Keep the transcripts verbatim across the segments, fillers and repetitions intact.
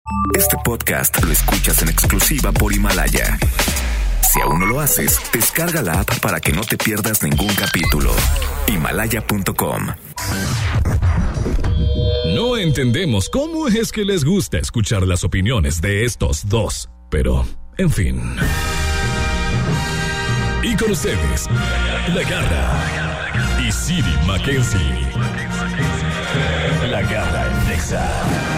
Este podcast lo escuchas en exclusiva por Himalaya. Si aún no lo haces, descarga la app para que no te pierdas ningún capítulo. Himalaya punto com. No entendemos cómo es que les gusta escuchar las opiniones de estos dos, pero, en fin. Y con ustedes, La Garra y Siri Mackenzie. La Garra en Nexa.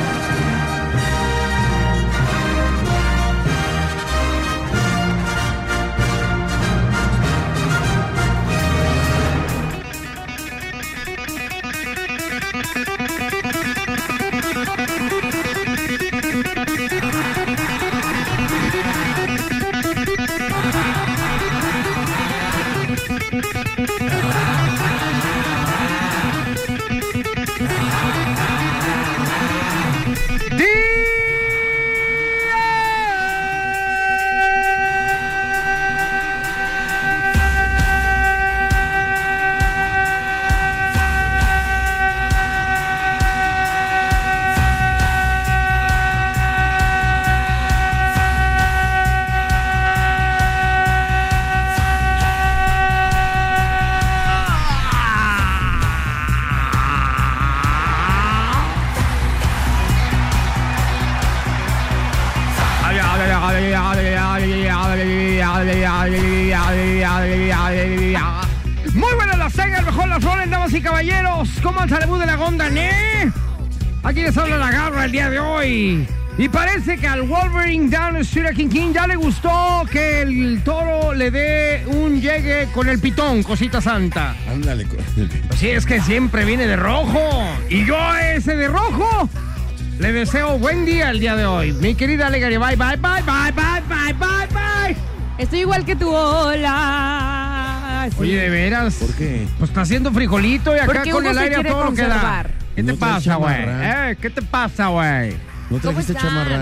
Muy buenas las tengan, mejor las rolen, damas y caballeros. ¿Cómo al salud de la gonda, eh? Aquí les habla La Garra el día de hoy. Y parece que al Wolverine Down Street King King ya le gustó que el toro le dé un llegue con el pitón, cosita santa. Ándale con el pitón. Pues sí, es que siempre viene de rojo. Y yo a ese de rojo le deseo buen día el día de hoy. Mi querida Alegría, bye, bye, bye, bye, bye, bye, bye, bye. Estoy igual que tú, hola. Sí. Oye, ¿de veras? ¿Por qué? Pues está haciendo frijolito y acá Porque con uno el se aire a quiere todo lo que da. conservar. ¿Qué te No traes pasa, güey? chamarra. Eh, ¿Qué te pasa, güey? ¿No ¿Cómo trajiste están? chamarra?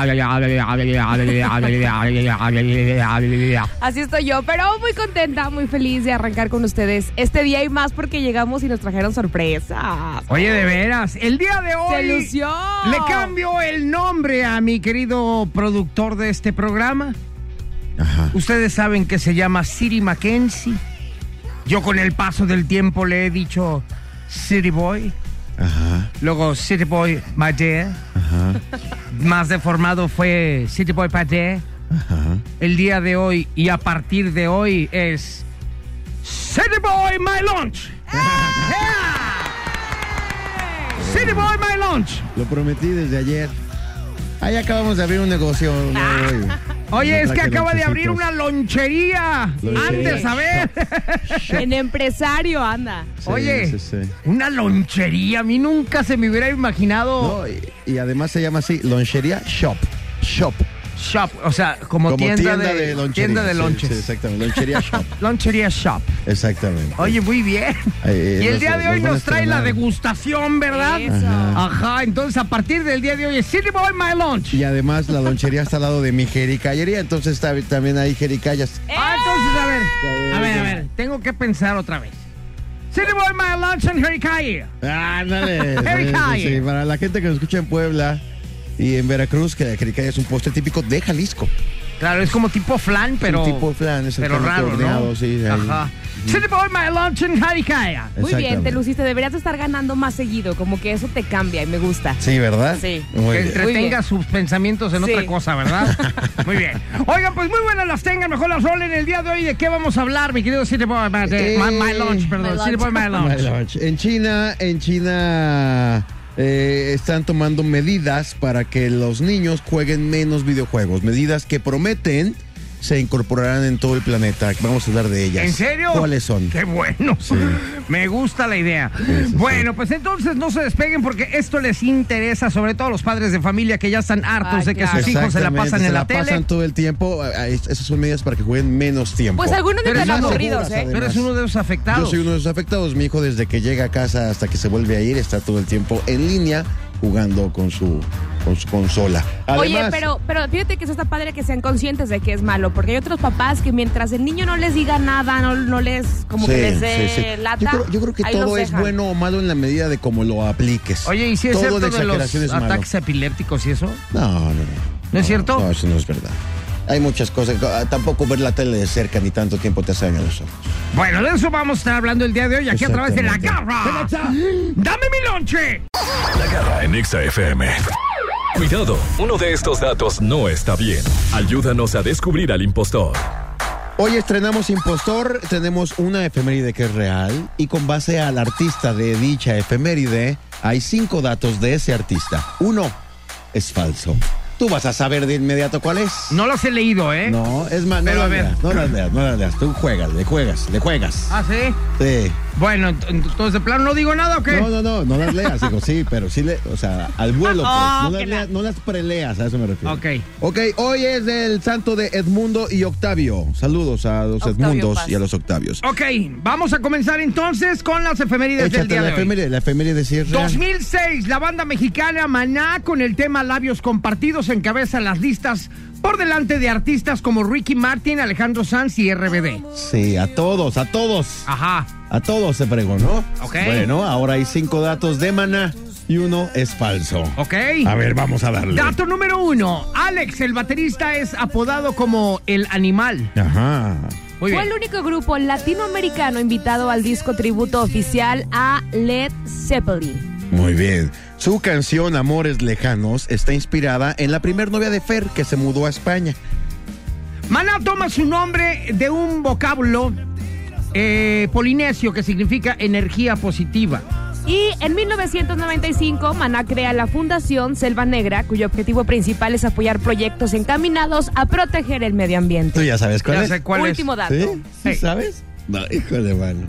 Así estoy yo, pero muy contenta, muy feliz de arrancar con ustedes este día y más porque llegamos y nos trajeron sorpresas. Oye, de veras, el día de hoy ¡Se lució! le cambio el nombre a mi querido productor de este programa. Ajá. Ustedes saben que se llama Siri Mackenzie. Yo con el paso del tiempo le he dicho City Boy. Ajá. Luego City Boy Madea. Ajá. Más deformado fue City Boy Padea. Ajá. El día de hoy y a partir de hoy es City Boy My Lunch. Yeah. City Boy My Lunch. Lo prometí desde ayer. Ahí acabamos de abrir un negocio. No, hoy. Oye, es que Traje acaba de abrir lonchecitos. una lonchería. Lonchería. Antes, a ver. En empresario anda. Sí, Oye, sí, sí. una lonchería. A mí nunca se me hubiera imaginado. No, y, y además se llama así, Lonchería Shop. Shop. Shop, o sea, como, Como tienda, de, lonchería. tienda de Sí, lonches. Sí, exactamente. Lonchería Shop. Lonchería Shop. Exactamente. Oye, muy bien. Eh, y el nos- día de hoy nos van a nos trae la estrenar. degustación, ¿verdad? Eso. Ajá. Ajá, entonces a partir del día de hoy es City Boy My Lunch. Y además la lonchería está al lado de mi jericallería, entonces está, también hay jericayas. Ah, entonces, a ver, a ver, a ver, tengo que pensar otra vez. City Boy My Lunch en Jericaya. Ándale. Jericaya. Sí, sí, para la gente que nos escucha en Puebla y en Veracruz, que la jericaya es un postre típico de Jalisco. Claro, es como tipo flan, pero. Es un tipo flan, es el pero flan raro, horneado, ¿no? sí, ahí. Ajá. City Boy My Lunch en Jericaya. Muy bien, Exactamente. te luciste. Deberías de estar ganando más seguido. Como que eso te cambia y me gusta. Sí, ¿verdad? Sí. Muy Que bien. entretenga bien. sus pensamientos en Sí. otra cosa, ¿verdad? Muy bien. Oigan, pues muy buenas las tengan, mejor las rolen el día de hoy. ¿De qué vamos a hablar, mi querido City Boy? My, Eh, my, my Lunch, perdón. My City Boy My My Lunch. lunch. En China, en China eh, están tomando medidas para que los niños jueguen menos videojuegos. Medidas que prometen se incorporarán en todo el planeta. Vamos a hablar de ellas. ¿En serio? ¿Cuáles son? ¡Qué bueno! Sí. Me gusta la idea. sí, bueno, pues entonces no se despeguen porque esto les interesa, sobre todo a los padres de familia que ya están hartos Ay, de que claro. sus hijos se la Exactamente, pasan en se la, tele. pasan todo el tiempo. Ah, es- Esas son medidas para que jueguen menos tiempo. Pues algunos ni Pero tan son aburridos, seguras, ¿eh? Tú eres uno de esos afectados. Yo soy uno de esos afectados. Mi hijo, desde que llega a casa hasta que se vuelve a ir, está todo el tiempo en línea jugando con su con su consola. Además, Oye, pero, pero fíjate que eso está padre que sean conscientes de que es malo, porque hay otros papás que mientras el niño no les diga nada, no, no les, como sí, que les dé sí, sí. lata. Yo creo, yo creo que ahí todo los es dejan. bueno o malo en la medida de cómo lo apliques. Oye, ¿y si es todo cierto de de los exageración es malo. ataques epilépticos y eso? No, no, no. ¿No es cierto? No, eso no es verdad. Hay muchas cosas. Tampoco ver la tele de cerca ni tanto tiempo te hace daño a los ojos. Bueno, de eso vamos a estar hablando el día de hoy aquí a través de La Exactamente. Garra. ¡Dame mi lonche! La Garra en Exa F M. Cuidado, uno de estos datos no está bien. Ayúdanos a descubrir al impostor. Hoy estrenamos Impostor, tenemos una efeméride que es real y con base al artista de dicha efeméride hay cinco datos de ese artista. Uno es falso. Tú vas a saber de inmediato cuál es. No los he leído, ¿eh? No, es más, no Pero a las ver. leas, no las leas, no las leas. Tú juegas, le juegas, le juegas. ¿Ah, sí? Sí. Bueno, ent- entonces de plano no digo nada, ¿o qué? No, no, no, no las leas, digo, sí, pero sí, le, o sea, al vuelo, pues. Oh, no, que las la- leas, no las preleas, a eso me refiero. Ok. Ok, hoy es el santo de Edmundo y Octavio. Saludos a los Octavio Edmundos Paz. y a los Octavios. Ok, vamos a comenzar entonces con las efemérides del Échate día la de hoy. efeméride, la efeméride sí es real. dos mil seis, la banda mexicana Maná con el tema Labios Compartidos encabeza las listas por delante de artistas como Ricky Martin, Alejandro Sanz y R B D. Sí, a todos, a todos. Ajá. A todos se pregonó. Ok. Bueno, ahora hay cinco datos de Maná y uno es falso. Ok. A ver, vamos a darle. Dato número uno. Alex, el baterista, es apodado como El Animal. Ajá. Muy Fue bien. el único grupo latinoamericano invitado al disco tributo oficial a Led Zeppelin. Muy bien. Su canción Amores Lejanos está inspirada en la primer novia de Fer que se mudó a España. Maná toma su nombre de un vocablo eh, polinesio que significa energía positiva. Y en mil novecientos noventa y cinco, Maná crea la Fundación Selva Negra, cuyo objetivo principal es apoyar proyectos encaminados a proteger el medio ambiente. ¿Tú ya sabes cuál Ya es? sé cuál Último es. dato. ¿Sí? ¿Sí Sí. sabes? No, híjole, mano.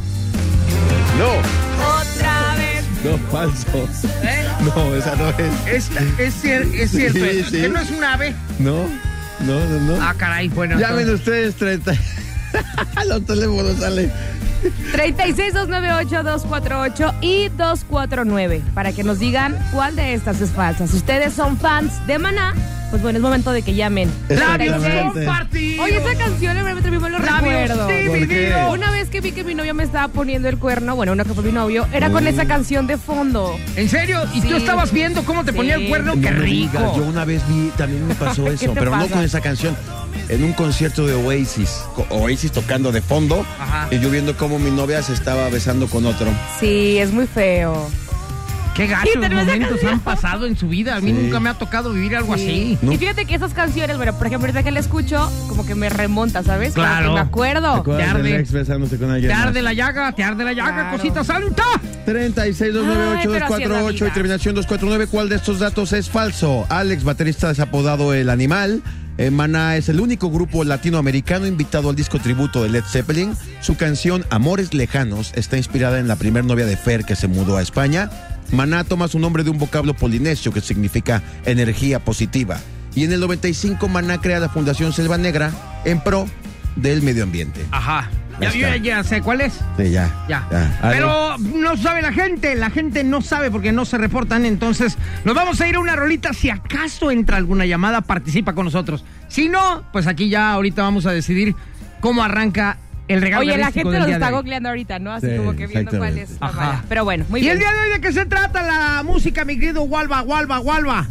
No, Otra vez. no, falso. No, esa no es. Es, es, cier- es cierto, Sí, eso. sí. ¿Que no es un ave? No, no, no, no. Ah, caray, bueno. Llamen entonces- ustedes treinta. Los teléfonos sale. treinta y seis, doscientos noventa y ocho, doscientos cuarenta y ocho y doscientos cuarenta y nueve para que nos digan cuál de estas es falsa. Si ustedes son fans de Maná, pues bueno, es momento de que llamen. ¡Labios Exactamente. compartidos! Oye, esa canción realmente me lo recuerdo. ¡Labios ¿Por qué? divididos! Una vez que vi que mi novio me estaba poniendo el cuerno, bueno, uno que fue mi novio, era con esa canción de fondo. ¿En serio? ¿Y Sí. tú estabas viendo cómo te ponía Sí. el cuerno? No ¡Qué me rico! digas, yo una vez vi, también me pasó ¿Qué eso, te pero no pasa? con esa canción. En un concierto de Oasis, co- Oasis tocando de fondo, Ajá. y yo viendo cómo mi novia se estaba besando con otro. Sí, es muy feo. ¡Qué gachos Quítame esa momentos canción. han pasado en su vida! A mí Sí. nunca me ha tocado vivir algo así. No. Y fíjate que esas canciones, bueno, por ejemplo, ahorita que la escucho, como que me remonta, ¿sabes? Como Claro. que me acuerdo. Te ¿Acuerdas arde. del ex besándose con alguien Te más? arde la llaga, te arde la llaga, Claro. cosita santa. treinta y seis, doscientos noventa y ocho, Ay, pero doscientos cuarenta y ocho así es la y vida. terminación doscientos cuarenta y nueve. ¿Cuál de estos datos es falso? Alex, baterista desapodado El Animal. Eh, Maná es el único grupo latinoamericano invitado al disco tributo de Led Zeppelin. Su canción Amores Lejanos está inspirada en la primer novia de Fer que se mudó a España. Maná toma su nombre de un vocablo polinesio que significa energía positiva. Y en el noventa y cinco Maná crea la Fundación Selva Negra en pro del medio ambiente. Ajá. Ya Ya, está. ya, ya sé cuál es. Sí, ya. Ya. Ale. Pero no sabe la gente, la gente no sabe porque no se reportan, entonces nos vamos a ir a una rolita. Si acaso entra alguna llamada, participa con nosotros. Si no, pues aquí ya ahorita vamos a decidir cómo arranca el regalo. Oye, la garístico gente del nos día está de hoy. googleando ahorita, ¿no? Así Sí, como que viendo cuál es la Ajá. mala. Pero bueno, muy ¿Y bien. el día de hoy de qué se trata la música, mi querido Walva, Walva, Walva?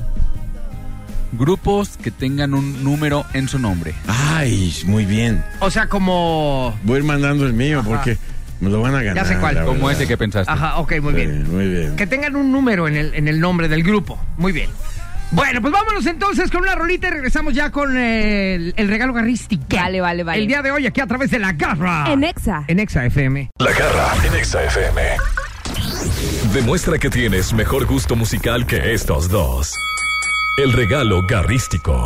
Grupos que tengan un número en su nombre. Ay, muy bien. O sea, como... Voy a ir mandando el mío porque me lo van a ganar. Ya sé cuál. la Como verdad. ese que pensaste. Ajá, ok, muy bien. Sí, muy bien. Que tengan un número en el, en el nombre del grupo. Muy bien. Bueno, pues vámonos entonces con una rolita y regresamos ya con el, el regalo garrístico. Vale, vale, vale. El día de hoy aquí a través de La Garra. En Exa. En Exa F M. La Garra en Exa F M. Demuestra que tienes mejor gusto musical que estos dos. El regalo garrístico.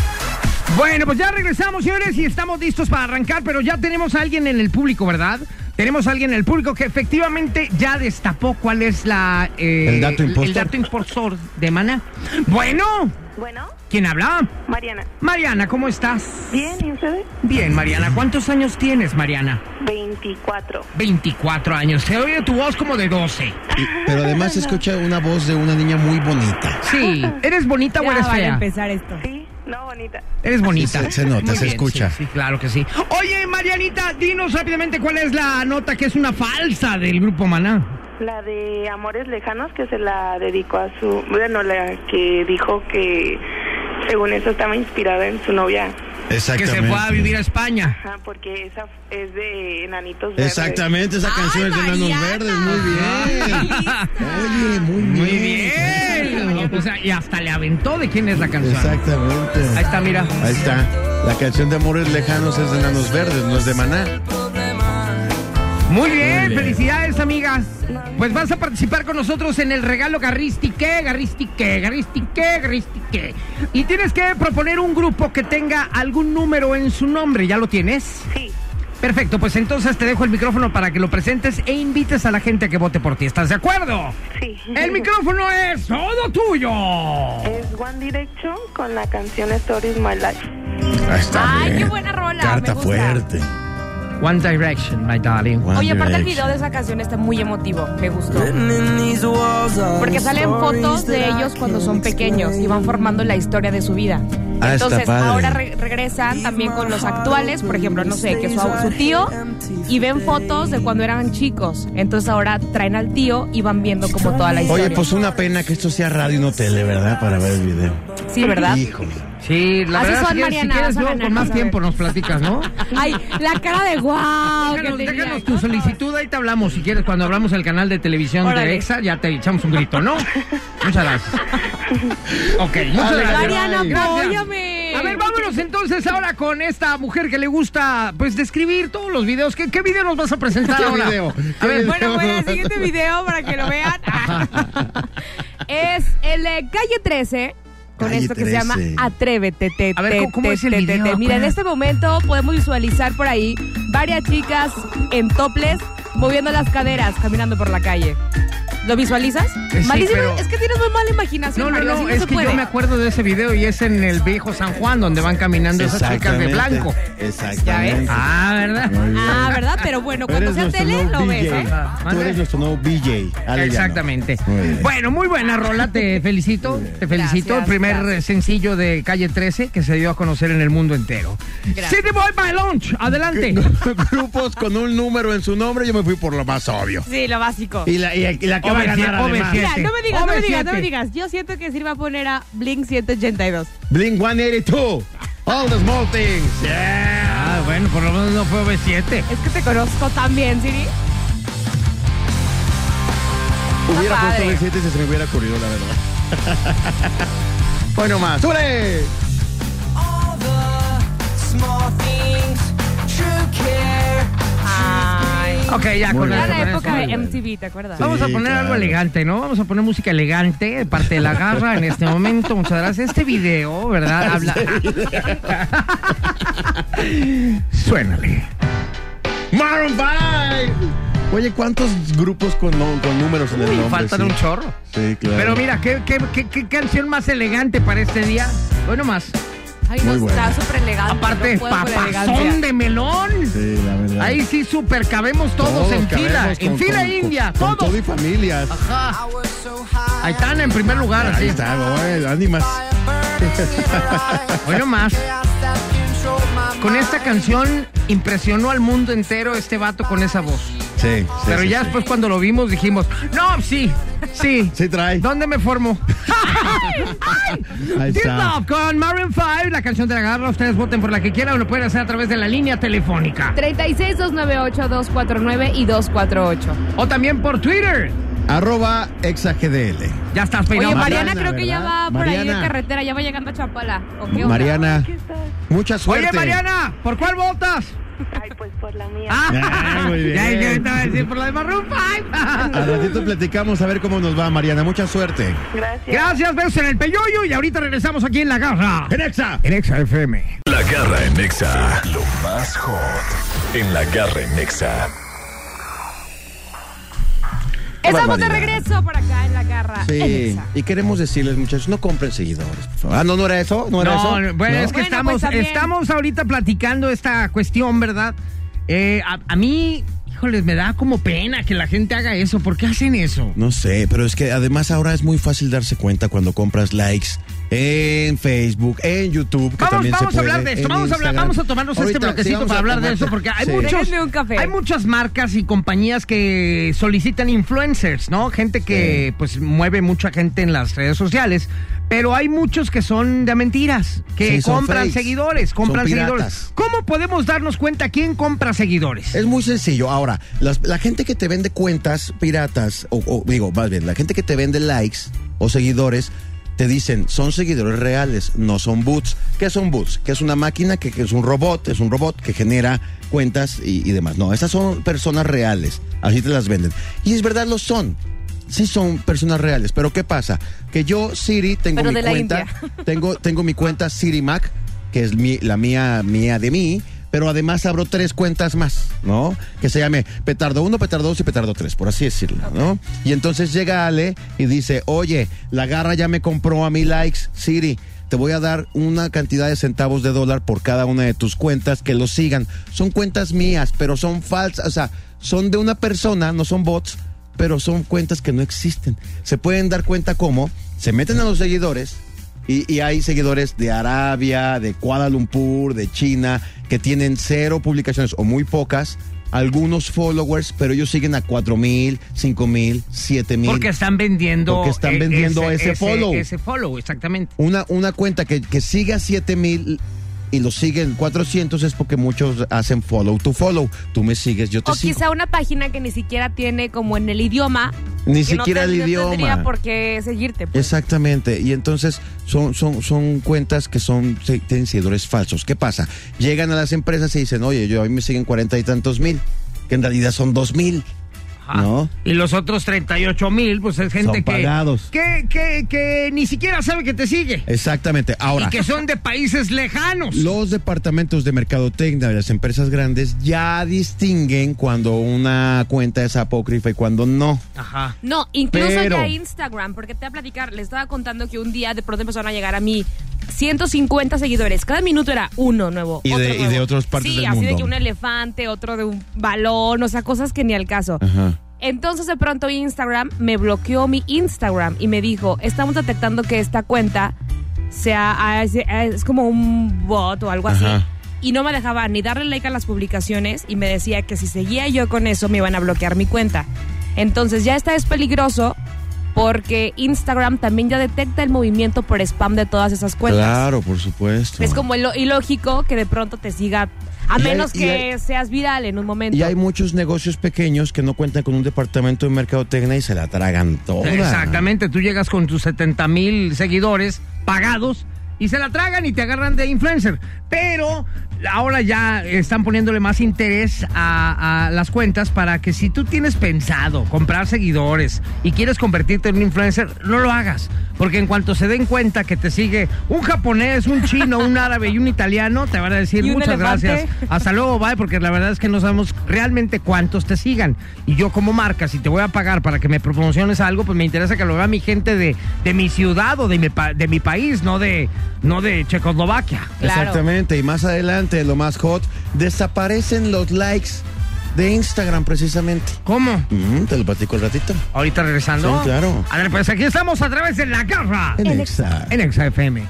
Bueno, pues ya regresamos, señores, y estamos listos para arrancar, pero ya tenemos a alguien en el público, ¿verdad? Tenemos a alguien en el público que efectivamente ya destapó cuál es la eh, el dato impostor. el dato impostor de Maná. Bueno. Bueno. ¿Quién habla? Mariana. Mariana, ¿cómo estás? Bien, ¿y ustedes? Bien, Mariana. ¿Cuántos años tienes, Mariana? veinticuatro. veinticuatro años. Se oye tu voz como de doce. Y- pero además se escucha una voz de una niña muy bonita. Sí. ¿Eres bonita o Ya eres van a fea? empezar esto. Sí, no, bonita. Eres bonita. Se- se nota, Muy se bien, escucha. Sí, sí, claro que sí. Oye, Marianita, dinos rápidamente cuál es la nota que es una falsa del grupo Maná. La de Amores Lejanos, que se la dedicó a su... Bueno, la que dijo que según eso estaba inspirada en su novia. Que Exactamente. se fue a vivir a España. Ajá, porque esa es de Enanitos Verdes. Exactamente, esa canción es de Enanos Mariana! Verdes. Muy bien. Oye, muy bien. Muy bien. O sea, y hasta le aventó de quién es la canción. Exactamente. Ahí está, mira. Ahí está. La canción de Amores Lejanos es de Enanos Verdes, no es de Maná. Muy bien, Muy bien. felicidades, amiga. Pues vas a participar con nosotros en el regalo Garristique, Garristique, Garristique, Garristique. Y tienes que proponer un grupo que tenga algún número en su nombre. ¿Ya lo tienes? Sí. Perfecto, pues entonces te dejo el micrófono para que lo presentes e invites a la gente a que vote por ti. ¿Estás de acuerdo? Sí. El micrófono es todo tuyo. Es One Direction con la canción Stories My Life. Ahí está. Ay, bien. qué buena rola. Carta me gusta. fuerte. One Direction, my darling. One Oye, aparte el Direction. video de esa canción está muy emotivo, me gustó. Porque salen fotos de ellos cuando son pequeños y van formando la historia de su vida. Ah, está Entonces padre. ahora re- regresan también con los actuales, por ejemplo, no sé, que su, su tío, y ven fotos de cuando eran chicos. Entonces ahora traen al tío y van viendo como toda la historia. Oye, pues una pena que esto sea radio y no tele, ¿verdad? Para ver el video. Sí, ¿verdad? Híjole. Sí, la Así verdad, son, si quieres, si Mariana, quieres vas a luego ganar, con más vas a ver. tiempo nos platicas, ¿no? Ay, la cara de guau que Déjanos, tenía. déjanos tu solicitud, ahí te hablamos. Si quieres, cuando hablamos del canal de televisión Órale. de EXA, ya te echamos un grito, ¿no? Muchas gracias. Ok, muchas Dale, gracias. Mariana, Gracias. apóyame. A ver, vámonos entonces ahora con esta mujer que le gusta, pues, describir todos los videos. ¿Qué, qué video nos vas a presentar ¿Qué ahora? video? A ¿Qué ver, video? Bueno, pues el siguiente video para que lo vean es el de Calle trece. Con Calle esto que se llama trece. Atrévete. Te, A ver, te, ¿cómo- cómo te, es el te, te, video? te. Mira, en ¿Cómo? este momento podemos visualizar por ahí varias chicas en toples moviendo las caderas, caminando por la calle. ¿Lo visualizas? Sí, Malísimo. pero- Es que tienes muy mala imaginación, no, no, Mario, así no, no es se que puede. yo me acuerdo de ese video y es en el viejo San Juan, donde van caminando esas chicas de Exactamente. blanco. Exactamente. Ah, ¿verdad? Muy bien. Ah, ¿verdad? Pero bueno, Tú cuando eres sea nuestro tele, nuevo lo ves, D J. ¿eh? Ah, Tú eres nuestro nuevo D J. Arellano. Exactamente. Muy bien. Bueno, muy buena rola, te felicito, te felicito. Gracias, el primer gracias. sencillo de Calle trece que se dio a conocer en el mundo entero. Gracias. City Boy by Lunch, adelante. Grupos con un número en su nombre, yo me fui por lo más obvio. Sí, lo básico. Y la, y, y la que va a O B siete, ganar O B además. siete. Mira, no me digas, no me O B digas, no me siete. digas. Yo siento que sí va a poner a Blink ciento ochenta y dos. Blink ciento ochenta y dos. All the small things. Yeah. Ah, bueno, por lo menos no fue O B siete. Es que te conozco tan bien, Siri. Hubiera padre. puesto B siete si se me hubiera ocurrido, la verdad. Bueno, más. ¡Súbele! Ay. Ok, ya, Muy con bien. Era eso, la con época eso. de M T V, ¿te acuerdas? Sí. Vamos a poner claro. algo elegante, ¿no? Vamos a poner música elegante de parte de la garra en este momento. Muchas gracias. Este video, ¿verdad? Habla. Suénale. Maroon five. Oye, ¿cuántos grupos con, no- con números en el Uy, nombre? faltan Sí. un chorro. Sí, claro. Pero mira, ¿qué, qué, qué, qué canción más elegante para este día? Bueno, más. Ay, no, Muy está buena. súper elegante. Aparte, no puedo con la papazón elegancia. de melón. Sí, la verdad. Ahí sí super cabemos todos, en fila. cabemos En con- fila con- india, con, con todos. todo y familias. Ajá. Ahí están en primer lugar, así. Ahí está, güey, ánimas. Bueno, más. Con esta canción impresionó al mundo entero este vato con esa voz. Sí, sí. Pero sí, ya sí. después cuando lo vimos dijimos, no, sí, sí. Sí trae. ¿Dónde me formo? Ahí This está. Love con Maroon five, la canción de la garra. Ustedes voten por la que quieran o lo pueden hacer a través de la línea telefónica. treinta y seis, doscientos noventa y ocho, doscientos cuarenta y nueve y doscientos cuarenta y ocho. O también por Twitter. Arroba exagdl. Ya estás peinado. Oye, Mariana, Mariana creo que ya ¿verdad? va por ahí Mariana. en carretera, ya va llegando a Chapala. ¿O qué onda? Mariana, Aquí está. mucha suerte. Oye, Mariana, ¿por cuál votas? Ay, pues por la mía. Ah, muy bien. Ya, ya te iba a decir por la de Maroon five. Al ratito platicamos a ver cómo nos va, Mariana. Mucha suerte. Gracias. Gracias, besos en el peyoyo y ahorita regresamos aquí en La Garra. En Exa. En Exa F M. La Garra en Nexa. Lo más hot en La Garra en Nexa. Estamos de barbaridad. regreso por acá en La Garra. Sí, en Exa. y queremos decirles, muchachos, no compren seguidores, por favor. Ah, no, no era eso, no era No, eso. bueno, ¿No? es que Bueno, estamos, pues también. estamos ahorita platicando esta cuestión, ¿verdad? Eh, a, a mí, híjoles, me da como pena que la gente haga eso. ¿Por qué hacen eso? No sé, pero es que además ahora es muy fácil darse cuenta cuando compras likes en Facebook, en YouTube, que Vamos, también vamos se a puede, hablar de esto, en vamos a hablar, Instagram. vamos a tomarnos Ahorita, este bloquecito sí, vamos para a hablar de tomar- eso, porque hay Sí. muchos, Déjenme un café. hay muchas marcas y compañías que solicitan influencers, ¿no? Gente que Sí. pues mueve mucha gente en las redes sociales, pero hay muchos que son de mentiras, que Sí, son compran fakes. seguidores, compran Son seguidores. piratas. ¿Cómo podemos darnos cuenta quién compra seguidores? Es muy sencillo. Ahora, las- la gente que te vende cuentas piratas, o, o digo, más bien, la gente que te vende likes o seguidores, te dicen, son seguidores reales, no son bots. ¿Qué son bots? Que es una máquina, que, que es un robot, es un robot que genera cuentas y, y demás. No, esas son personas reales, así te las venden. Y es verdad, lo son. Sí son personas reales, pero ¿qué pasa? Que yo, Siri, tengo Pero mi de la cuenta, India. tengo, tengo mi cuenta Siri Mac, que es mi, la mía, mía de mí, pero además abro tres cuentas más, ¿no? Que se llame Petardo uno, Petardo dos y Petardo tres, por así decirlo, ¿no? Y entonces llega Ale y dice, oye, La Garra ya me compró a mí likes, Siri, te voy a dar una cantidad de centavos de dólar por cada una de tus cuentas que lo sigan. Son cuentas mías, pero son falsas, o sea, son de una persona, no son bots, pero son cuentas que no existen. Se pueden dar cuenta cómo se meten a los seguidores. Y, y hay seguidores de Arabia, de Kuala Lumpur, de China, que tienen cero publicaciones o muy pocas, algunos followers, pero ellos siguen a cuatro mil, cinco mil, siete mil. Porque están vendiendo... Porque están eh, vendiendo ese follow. Ese follow, exactamente. Una, una cuenta que, que siga siete mil y lo siguen cuatrocientos es porque muchos hacen follow to follow. Tú me sigues, yo te O sigo. quizá una página que ni siquiera tiene como en el idioma. Ni que no siquiera te- el no idioma. tendría por qué seguirte. Pues. Exactamente, y entonces son, son, son cuentas que son, se- tienen seguidores falsos. ¿Qué pasa? Llegan a las empresas y dicen, oye, yo a mí me siguen cuarenta y tantos mil, que en realidad son dos mil. Ajá. ¿No? Y los otros treinta y ocho mil, pues es gente Son que, pagados. que, que, que ni siquiera sabe que te sigue. Exactamente. Ahora, Y que son de países lejanos. los departamentos de mercadotecnia de las empresas grandes ya distinguen cuando una cuenta es apócrifa y cuando no. Ajá. No, incluso Pero- ya Instagram, porque te voy a platicar, le estaba contando que un día de pronto empezaron a llegar a mí ciento cincuenta seguidores. Cada minuto era uno nuevo. Y otro de- y nuevo. de otras partes sí, del así de mundo. que un elefante, otro de un balón, o sea, cosas que ni al caso. Ajá. Entonces de pronto Instagram me bloqueó mi Instagram y me dijo, estamos detectando que esta cuenta sea ah, es, es como un bot o algo así. Ajá. Y no me dejaba ni darle like a las publicaciones y me decía que si seguía yo con eso me iban a bloquear mi cuenta. Entonces ya esta es peligroso porque Instagram también ya detecta el movimiento por spam de todas esas cuentas. Claro, por supuesto. Es como ilo- ilógico que de pronto te siga, a Y hay- menos y que hay- seas viral en un momento. Y hay muchos negocios pequeños que no cuentan con un departamento de mercadotecnia y se la tragan toda. Exactamente, tú llegas con tus setenta mil seguidores pagados y se la tragan y te agarran de influencer. Pero ahora ya están poniéndole más interés a, a las cuentas para que si tú tienes pensado comprar seguidores y quieres convertirte en un influencer, no lo hagas. Porque en cuanto se den cuenta que te sigue un japonés, un chino, un árabe y un italiano, te van a decir ¿Y un muchas elefante? gracias. Hasta luego, bye, porque la verdad es que no sabemos realmente cuántos te sigan. Y yo como marca, si te voy a pagar para que me promociones algo, pues me interesa que lo vea mi gente de, de mi ciudad o de mi, pa- de mi país, no de, no de Checoslovaquia. Claro. Exactamente, y más adelante, lo más hot, desaparecen los likes de Instagram precisamente. ¿Cómo? Mm, te lo platico al ratito. Ahorita regresando. Sí, claro. A ver, pues aquí estamos a través de La Garra. En Exa. En Exa F M.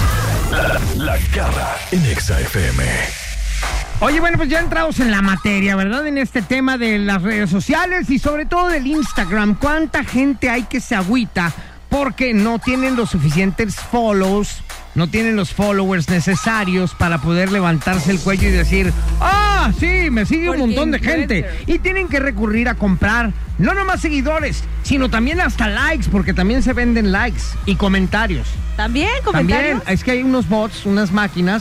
La Garra en Exa F M. Oye, bueno, pues ya entrados en la materia, ¿verdad? En este tema de las redes sociales y sobre todo del Instagram. ¿Cuánta gente hay que se agüita porque no tienen los suficientes follows, no tienen los followers necesarios para poder levantarse el cuello y decir, ah, sí, me sigue un Porque montón de gente? influencer. Y tienen que recurrir a comprar no nomás seguidores, sino también hasta likes, porque también se venden likes y comentarios. ¿También comentarios? También, es que hay unos bots, unas máquinas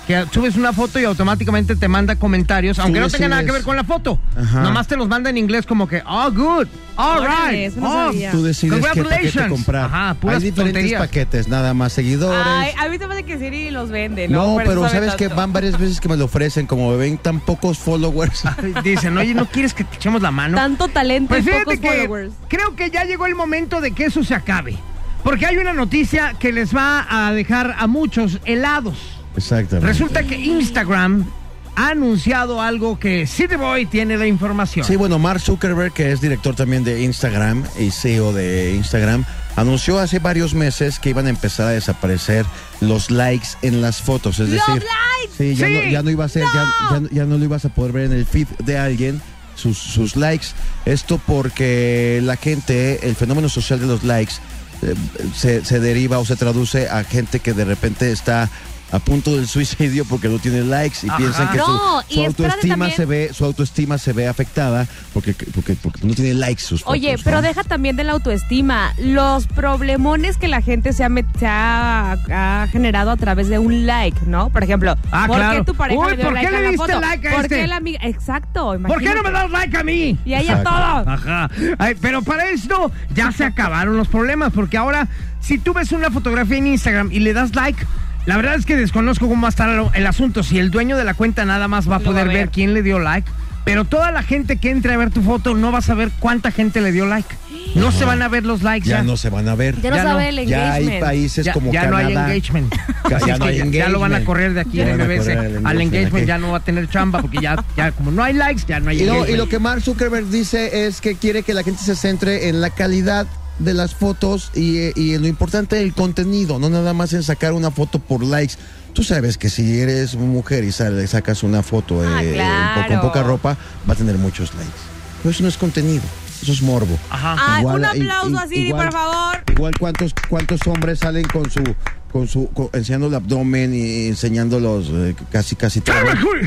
que subes una foto y automáticamente te manda comentarios, aunque no tenga nada que ver con la foto. Ajá. Nomás te los manda en inglés como que, oh, good, all Órale, right, eso no oh, sabía. Tú decides qué paquete comprar. Ajá, puras Hay diferentes tonterías. paquetes, nada más seguidores. Ay, a mí se me hace que Siri los vende, ¿no? No, Por eso pero sabe sabes tanto. que van varias veces que me lo ofrecen, como me ven tan pocos followers. Dicen, oye, ¿no quieres que te echemos la mano? Tanto talento Pues y fíjate pocos que followers. creo que ya llegó el momento de que eso se acabe. Porque hay una noticia que les va a dejar a muchos helados. Exactamente. Resulta que Instagram ha anunciado algo que City Boy tiene la información. Sí, bueno, Mark Zuckerberg, que es director también de Instagram y C E O de Instagram, anunció hace varios meses que iban a empezar a desaparecer los likes en las fotos. Es ¡Los decir, likes! sí, ya, Sí. No, ya no iba a ser, ¡No! Ya, ya, ya no lo ibas a poder ver en el feed de alguien. Sus, sus likes. Esto porque la gente, el fenómeno social de los likes eh, se, se deriva o se traduce a gente que de repente está a punto del suicidio porque no tiene likes y Ajá. piensan que No, su, y su espérate autoestima también. se ve su autoestima se ve afectada porque, porque, porque no tiene likes sus fotos. Oye, pero ¿no? deja también de la autoestima, los problemones que la gente se ha, met- se ha, ha generado a través de un like, ¿no? Por ejemplo, Ah, ¿por claro. qué tu pareja Uy, le dio ¿por qué like le a la diste foto? like a ¿Por este? qué la amiga? Exacto, ¿Por qué no me imagínate. das like a mí? Y a ella Exacto. todo. Ajá. Ay, pero para esto ya se acabaron los problemas, porque ahora, si tú ves una fotografía en Instagram y le das like, la verdad es que desconozco cómo va a estar el, el asunto. Si el dueño de la cuenta nada más va a Lo va poder a ver. ver quién le dio like, pero toda la gente que entre a ver tu foto no va a saber cuánta gente le dio like. No se van a ver los likes ya. Ya no se van a ver. Ya no Ya no. sabe el Ya hay engagement. países Ya, como ya no Canadá. hay engagement. Ya- Así ya es no que hay ya, ya lo van a engagement. correr de aquí Ya en van a M B S. correr el Al engagement engagement aquí. ya no va a tener chamba porque ya, ya como no hay likes, ya no hay Y lo, engagement. y lo que Mark Zuckerberg dice es que quiere que la gente se centre en la calidad de las fotos y, eh, y en lo importante del contenido, no nada más en sacar una foto por likes. Tú sabes que si eres mujer y sale, sacas una foto Ah, eh, claro. con poca ropa, va a tener muchos likes. Pero eso no es contenido, eso es morbo. Ajá. Ay, Igual- un aplauso i- i- a Siri, igual- por favor. Igual cuántos cuántos hombres salen con su con su con- enseñando el abdomen y enseñando los eh, casi casi todo.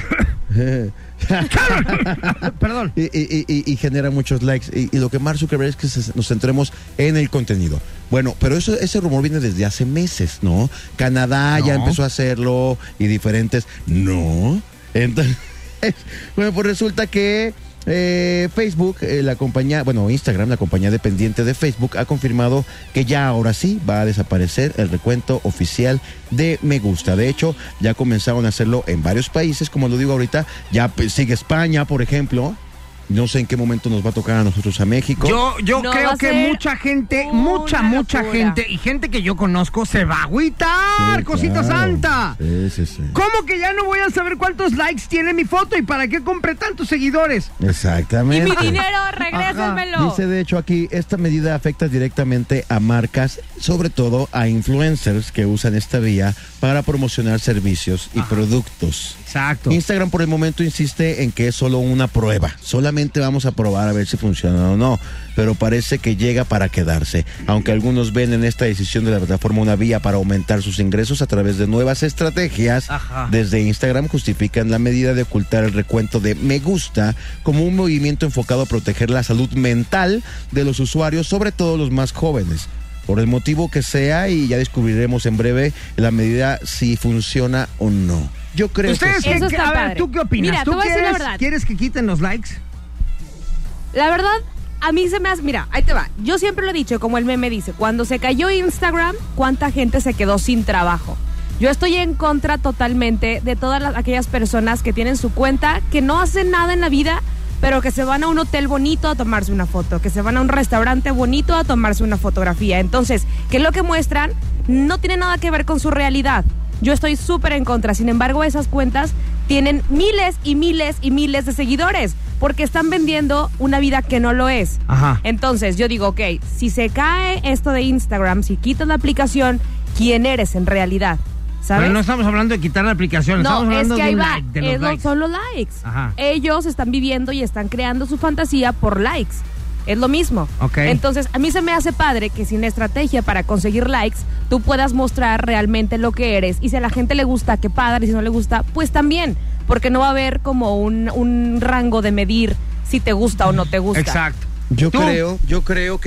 Perdón. Y, y- y- y genera muchos likes. Y, y lo que Mark Zuckerberg es que se- nos centremos en el contenido. Bueno, pero eso ese rumor viene desde hace meses, ¿no? Canadá ya No. empezó a hacerlo y diferentes. No. Entonces, bueno, pues resulta que eh, Facebook, eh, la compañía, bueno, Instagram, la compañía dependiente de Facebook, ha confirmado que ya ahora sí va a desaparecer el recuento oficial de me gusta. De hecho, ya comenzaron a hacerlo en varios países, como lo digo ahorita, ya pues, sigue España, por ejemplo. No sé en qué momento nos va a tocar a nosotros a México. Yo, yo No, va creo a que ser mucha gente, una mucha, mucha locura. gente y gente que yo conozco se va a agüitar, Sí, cosita claro. santa. Sí, sí, sí. ¿Cómo que ya no voy a saber cuántos likes tiene mi foto y para qué compré tantos seguidores? Y Exactamente. mi dinero, regrésenmelo. Dice de hecho aquí, esta medida afecta directamente a marcas, sobre todo a influencers que usan esta vía para promocionar servicios y productos. Exacto. Instagram por el momento insiste en que es solo una prueba. Solamente vamos a probar a ver si funciona o no. Pero parece que llega para quedarse. Aunque algunos ven en esta decisión de la plataforma una vía para aumentar sus ingresos a través de nuevas estrategias, Ajá. desde Instagram justifican la medida de ocultar el recuento de me gusta como un movimiento enfocado a proteger la salud mental de los usuarios, sobre todo los más jóvenes. Por el motivo que sea, y ya descubriremos en breve la medida si funciona o no. Yo creo que ¿Ustedes sí. qué, Eso qué- está a ver, padre. ¿tú qué opinas? Mira, ¿Tú te voy a decir la quieres, verdad. ¿Quieres que quiten los likes? La verdad, a mí se me hace, mira, ahí te va. Yo siempre lo he dicho, como el meme dice, cuando se cayó Instagram, ¿cuánta gente se quedó sin trabajo? Yo estoy en contra totalmente de todas las, aquellas personas que tienen su cuenta, que no hacen nada en la vida, pero que se van a un hotel bonito a tomarse una foto, que se van a un restaurante bonito a tomarse una fotografía. Entonces, ¿qué es lo que muestran? No tiene nada que ver con su realidad. Yo estoy súper en contra. Sin embargo, esas cuentas tienen miles y miles y miles de seguidores porque están vendiendo una vida que no lo es. Ajá. Entonces, yo digo, ok, si se cae esto de Instagram, si quitas la aplicación, ¿quién eres en realidad? ¿Sabes? Pero no estamos hablando de quitar la aplicación, estamos No, es hablando que de, ahí un va, like, de los es lo- likes. son los likes. Ajá. Ellos están viviendo y están creando su fantasía por likes. Es lo mismo. Ok. Entonces, a mí se me hace padre que sin estrategia para conseguir likes, tú puedas mostrar realmente lo que eres. Y si a la gente le gusta, qué padre. Y si no le gusta, pues también. Porque no va a haber como un, un rango de medir si te gusta o no te gusta. Exacto. Yo ¿Tú? creo, yo creo que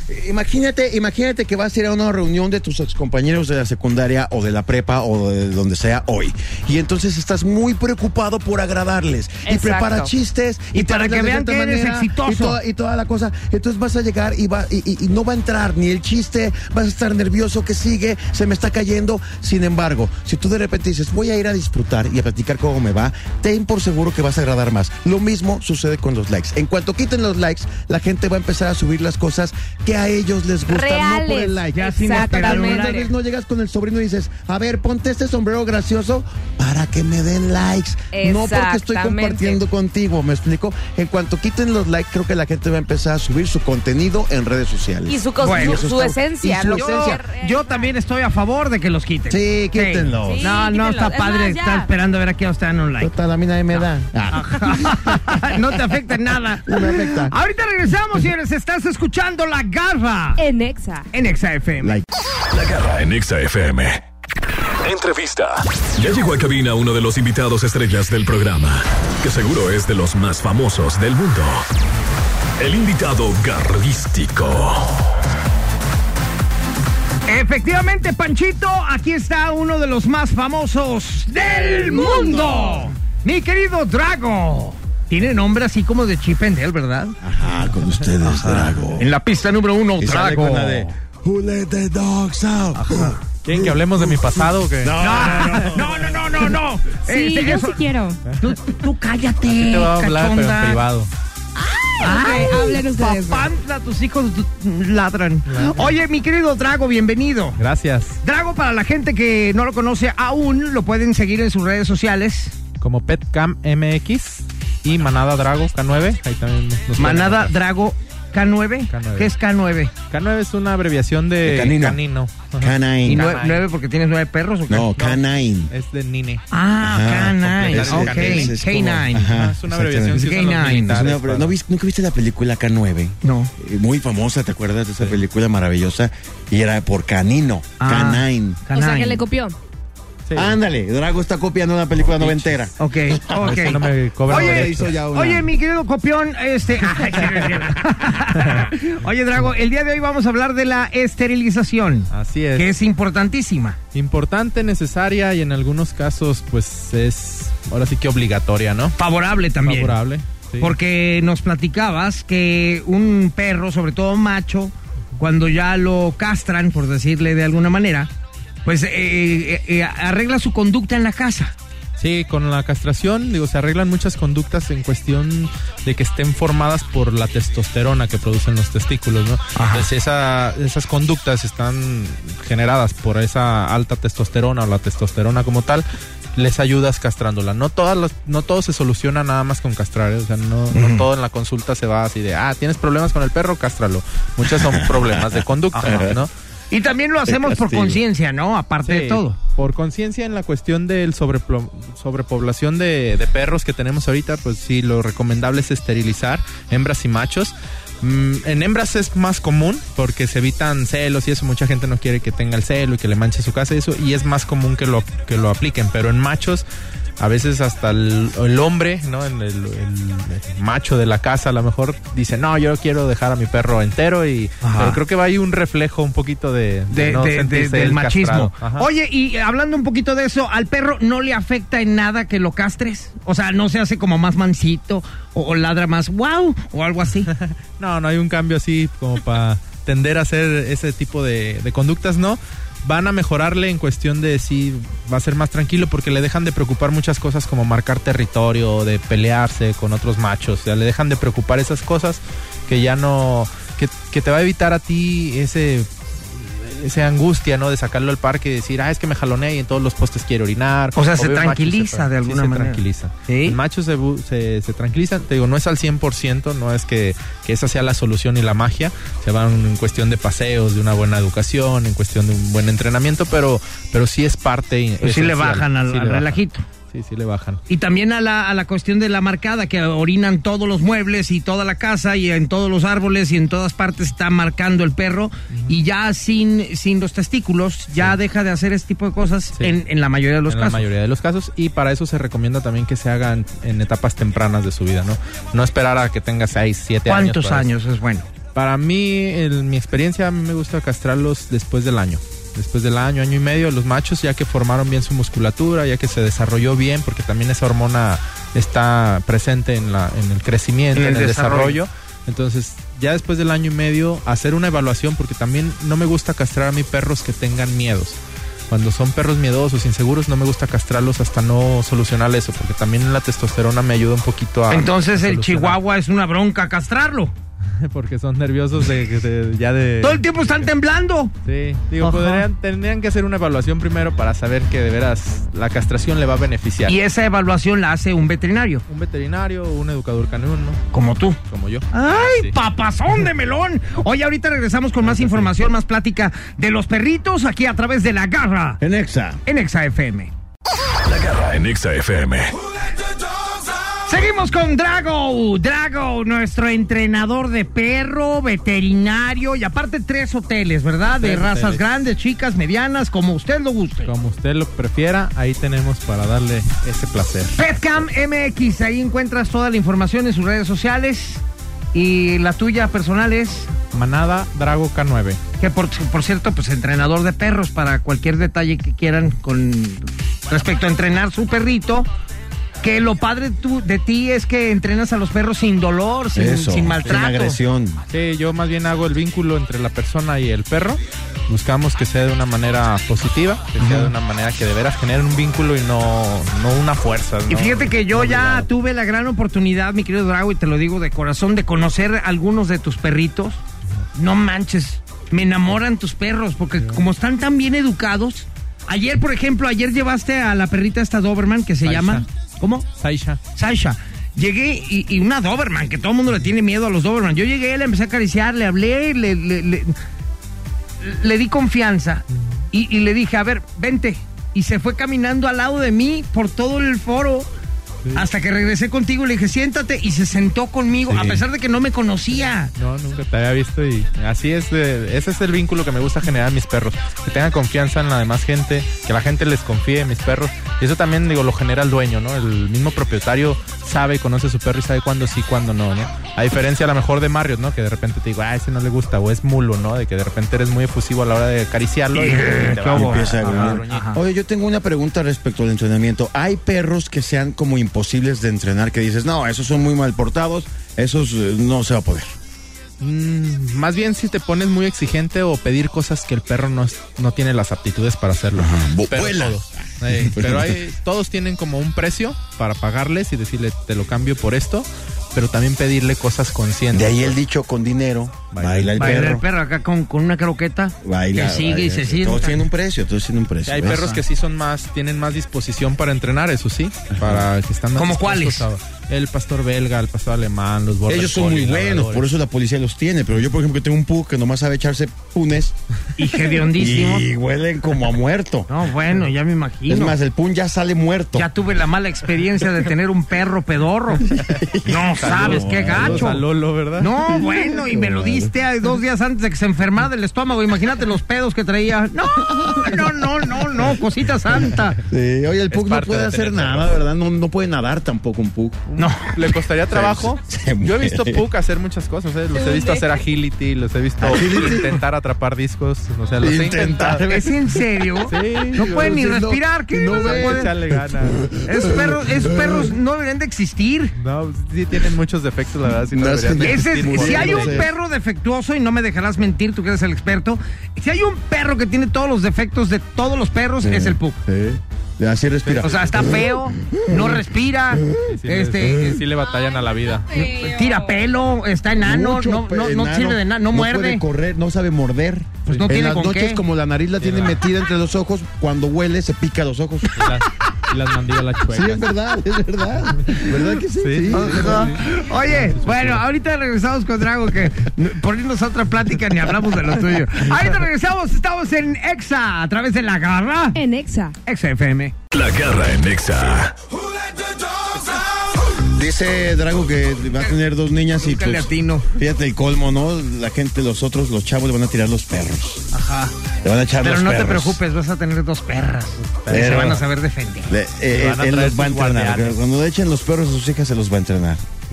Imagínate, imagínate que vas a ir a una reunión de tus excompañeros de la secundaria o de la prepa o de donde sea hoy. Y entonces estás muy preocupado por agradarles. Exacto. Y prepara chistes. Y, Y, para que vean que eres exitoso. Y toda, y toda la cosa. Entonces vas a llegar y, va, y, y, y no va a entrar ni el chiste, vas a estar nervioso, que sigue, se me está cayendo. Sin embargo, si tú de repente dices, voy a ir a disfrutar y a platicar cómo me va, ten por seguro que vas a agradar más. Lo mismo sucede con los likes. En cuanto quiten los likes, la gente va a empezar a subir las cosas que a ellos les gustan, Reales. no por el like. Ya sin esperar un Tal vez no llegas con el sobrino y dices, a ver, ponte este sombrero gracioso para que me den likes. No porque estoy compartiendo contigo, ¿me explico? En cuanto quiten los likes, creo que la gente va a empezar a subir su contenido en redes sociales. Y su, cos- Bueno, su, eso su está- esencia, y su ¿no? esencia. Yo también estoy a favor de que los quiten. Sí, quítenlos. Sí. No, no, está quítenlos. Es padre. más, ya. Está esperando a ver a qué os te dan un like. Total, a mí nadie me da. Ah. No te afecta en nada. No me afecta. Ahorita regresamos, señores. Estás escuchando La Garra En Exa. en Exa F M. Like. La Garra en Exa F M. Entrevista. Ya llegó a cabina uno de los invitados estrellas del programa, que seguro es de los más famosos del mundo. El invitado garrístico. Efectivamente, Panchito, aquí está uno de los más famosos del mundo. Mi querido Drago. Tiene nombre así como de Chip and Dale, ¿verdad? Ajá, con ustedes, Drago. En la pista número uno, Y sale Drago. con la de Who let the dogs out? ¿Quieren que hablemos de mi pasado o qué? No, no, no, no, no, no. Sí, Este, yo eso- sí quiero. Tú, tú cállate, Te voy a hablar, pero en cachonda. privado. Ay, Ok, hablen ustedes. papantla, tus hijos ladran. Oye, mi querido Drago, bienvenido. Gracias. Drago, para la gente que no lo conoce aún, lo pueden seguir en sus redes sociales. Como Petcam M X y Manada Drago K nueve. Ahí también nos pueden Manada encontrar. Drago K nueve. K nueve. ¿Qué es K nueve? K nueve es una abreviación de, De canino. canino. Ajá. ¿Y Canine. nue- Canine. nueve porque tienes nueve perros o qué? No, Canine. Es de Nine. Ah, Ajá, K nueve. completar Ok, el canine. Es K como- nueve. Ajá, es una abreviación que usan los K nueve. militares No, pero para- ¿no viste- ¿Nunca viste la película K nueve? No. Eh, Muy famosa, ¿te acuerdas de esa película maravillosa? Y era por canino, Ah. Canine. K O sea, nueve. que le copió. Sí. Ándale, Drago está copiando una película noventera. Ok, ok. Eso no me cobra Oye, derechos. hizo ya una- Oye, mi querido copión, este... Ay, sí, sí. Oye, Drago, el día de hoy vamos a hablar de la esterilización, Así es. que es importantísima. Importante, necesaria y en algunos casos, pues es ahora sí que obligatoria, ¿no? Favorable también. Favorable. Sí. Porque nos platicabas que un perro, sobre todo macho, cuando ya lo castran, por decirle de alguna manera, pues eh, eh, eh, arregla su conducta en la casa. Sí, con la castración, digo, se arreglan muchas conductas en cuestión de que estén formadas por la testosterona que producen los testículos, ¿no? Entonces, esa, esas conductas están generadas por esa alta testosterona o la testosterona como tal, les ayudas castrándola. No todas las, no todo se soluciona nada más con castrar, ¿eh? O sea, no, no Ujú. todo en la consulta se va así de, ah, ¿tienes problemas con el perro? Cástralo. Muchas son problemas de conducta, ¿no? Y también lo hacemos por castigo. conciencia, ¿no? Aparte de Sí, todo. por conciencia en la cuestión del sobreplo- sobrepoblación de, de perros que tenemos ahorita, pues sí, lo recomendable es esterilizar hembras y machos. Mm, en hembras es más común porque se evitan celos y eso, mucha gente no quiere que tenga el celo y que le manche su casa y eso, y es más común que lo, que lo apliquen, pero en machos a veces hasta el, el hombre, ¿no? El, el- el macho de la casa a lo mejor dice, no, yo quiero dejar a mi perro entero, y Ajá. pero creo que va ahí un reflejo un poquito de, De, no de- de- sentirse del él machismo. castrado. Ajá. Oye, y hablando un poquito de eso, ¿al perro no le afecta en nada que lo castres? O sea, ¿no se hace como más mansito o, o ladra más wow o algo así? No, no hay un cambio así como para tender a hacer ese tipo de, de conductas, ¿no? Van a mejorarle en cuestión de si va a ser más tranquilo porque le dejan de preocupar muchas cosas como marcar territorio, de pelearse con otros machos, o sea, le dejan de preocupar esas cosas que ya no, que, que te va a evitar a ti ese, esa angustia, ¿no? De sacarlo al parque y decir, ah, es que me jalonea y en todos los postes quiere orinar. O sea, se veo machos tranquiliza se- de alguna sí, manera. se tranquiliza. ¿Sí? El macho se, bu- se, se tranquiliza, te digo, no es al cien por ciento, no es que, que esa sea la solución y la magia, se van en cuestión de paseos, de una buena educación, en cuestión de un buen entrenamiento, pero, pero sí es parte. Pues sí le esencial. bajan al, Sí le al bajan. relajito. Sí, sí le bajan. Y también a la, a la cuestión de la marcada, que orinan todos los muebles y toda la casa y en todos los árboles y en todas partes está marcando el perro, y ya sin, sin los testículos ya deja de hacer este tipo de cosas Sí. en, en la mayoría de los en casos. la mayoría de los casos, y para eso se recomienda también que se hagan en etapas tempranas de su vida, ¿no? No esperar a que tenga seis, siete años. ¿Cuántos para eso. años es bueno? Para mí, en mi experiencia, a mí me gusta castrarlos después del año. Después del año, año y medio, los machos, ya que formaron bien su musculatura, ya que se desarrolló bien, porque también esa hormona está presente en, la, en el crecimiento, en el, en el desarrollo. desarrollo. Entonces, ya después del año y medio, hacer una evaluación, porque también no me gusta castrar a mis perros que tengan miedos. Cuando son perros miedosos, inseguros, no me gusta castrarlos hasta no solucionar eso, porque también la testosterona me ayuda un poquito a... Entonces, a el chihuahua es una bronca castrarlo. Porque son nerviosos de, de, ya de... Todo el tiempo están temblando. Sí, digo, podrían, tendrían que hacer una evaluación primero para saber que de veras la castración le va a beneficiar. Y esa evaluación la hace un veterinario. Un veterinario, un educador canino. Como tú. Como yo. ¡Ay, sí. Papazón de melón! Oye, ahorita regresamos con más información, más plática de los perritos aquí a través de La Garra. En Exa. En Exa F M. La Garra en Exa F M. Seguimos con Drago, Drago, nuestro entrenador de perro, veterinario y aparte tres hoteles, ¿verdad? De Tres razas hoteles. grandes, chicas, medianas, como usted lo guste. Como usted lo prefiera, ahí tenemos para darle ese placer. Petcam M X, ahí encuentras toda la información en sus redes sociales y la tuya personal es... Manada Drago K nueve. Que por, por cierto, pues entrenador de perros para cualquier detalle que quieran con respecto a entrenar su perrito. Que lo padre tú, de ti es que entrenas a los perros sin dolor, sin, Eso, sin maltrato. sin agresión. Sí, yo más bien hago el vínculo entre la persona y el perro. Buscamos que sea de una manera positiva, que sea de una manera que de veras genere un vínculo y no, no una fuerza. Y ¿no? fíjate que yo No ya obligado. tuve la gran oportunidad, mi querido Drago, y te lo digo de corazón, de conocer algunos de tus perritos. No manches, me enamoran tus perros, porque como están tan bien educados. Ayer, por ejemplo, ayer llevaste a la perrita esta Doberman que se Saisha. llama... ¿Cómo? Saisha. Saisha. Llegué y, y una Doberman, que todo el mundo le tiene miedo a los Doberman. Yo llegué, le empecé a acariciar, le hablé, le, le, le, le di confianza y, y le dije, a ver, vente. Y se fue caminando al lado de mí por todo el foro. Sí. Hasta que regresé contigo, le dije, siéntate, y se sentó conmigo, sí. A pesar de que no me conocía. No, nunca te había visto y así es, de, ese es el vínculo que me gusta generar en mis perros, que tengan confianza en la demás gente, que la gente les confíe en mis perros, y eso también, digo, lo genera el dueño, ¿no? El mismo propietario sabe, conoce a su perro y sabe cuándo sí, cuándo no, ¿no? A diferencia a lo mejor de Marriott, ¿no? Que de repente te digo, ah, ese no le gusta, o es mulo, ¿no? De que de repente eres muy efusivo a la hora de acariciarlo y, y te va a empieza a gruñir. Oye, yo tengo una pregunta respecto al entrenamiento. ¿Hay perros que sean como imposibles de entrenar, que dices, no, esos son muy mal portados, esos eh, no se va a poder? Mm, más bien si te pones muy exigente o pedir cosas que el perro no, es, no tiene las aptitudes para hacerlo. Ajá, pero vuela. todos, eh, pero hay, todos tienen como un precio para pagarles y decirle, te lo cambio por esto, pero también pedirle cosas conscientes. De ahí el dicho, con dinero baila, baila el baila perro. el perro acá con, con una croqueta. Baila, que sigue baila, y se sigue. Todos tienen un precio, todos tienen un precio. Hay ¿ves? perros que sí son más, tienen más disposición para entrenar, eso sí, para que están más ¿Cómo cuáles? A, el pastor belga, el pastor alemán, los border ellos son muy buenos, por eso la policía los tiene, pero yo por ejemplo tengo un pug que nomás sabe echarse punes y hediondísimos y huelen como a muerto. No, bueno, ya me imagino. Es más, el pun ya sale muerto. Ya tuve la mala experiencia de tener un perro pedorro. No sabes qué gacho. A Lolo, ¿verdad? No, bueno, y me lo diste dos días antes de que se enfermara del estómago. Imagínate los pedos que traía. No, no, no, no, no, cosita santa. Sí, oye, el pug no puede hacer nada, ¿verdad? No, no puede nadar tampoco un pug. No. ¿Le costaría trabajo? Se, se Yo he visto pug hacer muchas cosas, ¿eh? Los he visto hacer agility, los he visto intentar atrapar discos, o sea, los he intentado. ¿Es en serio? Sí. No pueden ni respirar, ¿qué? No, no pueden echarle ganas. Esos perros, esos perros no deberían de existir. No, sí tienen muchos defectos, la verdad, sí no No, deberían de Ese, existir. si hay un sé. perro defectuoso, y no me dejarás mentir, tú que eres el experto, si hay un perro que tiene todos los defectos de todos los perros, Sí, es el pug. Sí. Así respira. O sea, está feo, no respira, Sí, sí, este, sí, sí le batallan a la vida. tira pelo, está enano, Mucho no, no, no enano, sirve de nada, no, no muerde. puede correr, no sabe morder. Pues no en tiene las con noches, qué. como la nariz la tiene metida entre los ojos, cuando huele se pica los ojos. Y las, y las mandíbulas chuecas. Sí, es verdad, es verdad. ¿Verdad que sí? Sí. Sí. Ajá. Oye, bueno, ahorita regresamos con Drago, que por irnos a otra plática ni hablamos de lo tuyo. Ahorita regresamos, estamos en Exa, a través de La Garra. En Exa. Exa F M. La Garra en Exa. Dice Drago que va a tener dos niñas y Nunca le pues, atino. fíjate el colmo, ¿no? La gente, los otros, los chavos le van a tirar los perros. Ajá. Le van a echar Pero los no perros. te preocupes, vas a tener dos perras. Pero se Pero- van a saber defender. Le- eh, van a él traer los va a sus entrenar. guardianes. Cuando le echen los perros a sus hijas, se los va a entrenar.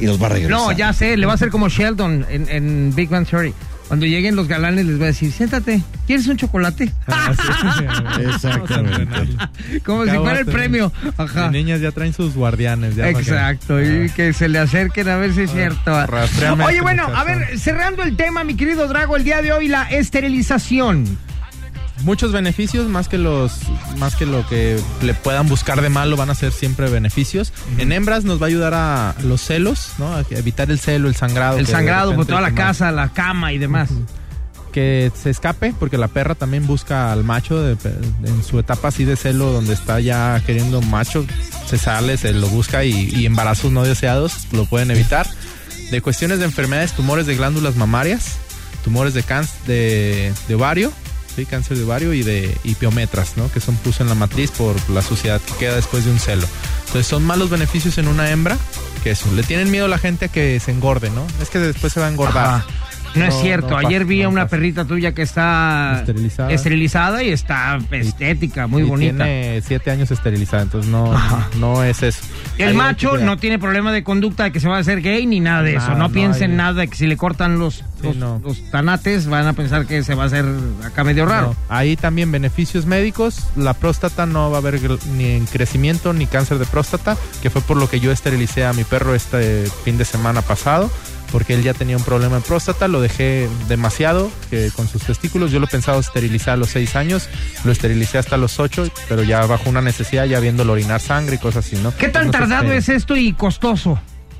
y los va a regresar. No, ya sé, le va a hacer como Sheldon en, en Big Bang Theory. Cuando lleguen los galanes les va a decir, siéntate, ¿quieres un chocolate? Ah, sí. Exactamente. Como si fuera el premio. Ajá. Las niñas ya traen sus guardianes. Ya Exacto, que... y que se le acerquen a ver si es cierto. Oye, bueno, a ver, cerrando el tema, mi querido Drago, el día de hoy, la esterilización. Muchos beneficios, más que los más que lo que le puedan buscar de malo, van a ser siempre beneficios. Uh-huh. En hembras nos va a ayudar a los celos, ¿no? A evitar el celo, el sangrado. El sangrado por toda la casa, la cama y demás. Uh-huh. Que se escape, porque la perra también busca al macho de, en su etapa así de celo, donde está ya queriendo macho, se sale, se lo busca y, y embarazos no deseados lo pueden evitar. De cuestiones de enfermedades, tumores de glándulas mamarias, tumores de cáncer de, de ovario, sí, cáncer de ovario y de y piometras, ¿no? Que son pus en la matriz por la suciedad que queda después de un celo. Entonces son malos beneficios en una hembra que eso. Le tienen miedo a la gente a que se engorde, ¿no? Es que después se va a engordar. Ajá. No, no es cierto, no ayer pasa, vi a una pasa. perrita tuya que está esterilizada, esterilizada y está estética, muy y bonita. Tiene siete años esterilizada, entonces no, no, no es eso. El Hay macho no tiene problema de conducta de que se va a hacer gay ni nada de nada, eso. No, no piensen hay... nada de que si le cortan los, sí, los, no. los tanates van a pensar que se va a hacer acá medio raro. No. Ahí también beneficios médicos, la próstata no va a haber ni en crecimiento ni cáncer de próstata, que fue por lo que yo esterilicé a mi perro este fin de semana pasado. Porque él ya tenía un problema de próstata, lo dejé demasiado que con sus testículos. Yo lo pensaba esterilizar a los seis años, lo esterilicé hasta los ocho, pero ya bajo una necesidad, ya viéndolo orinar sangre y cosas así, ¿no? ¿Qué tan Entonces, tardado eh, es esto y costoso?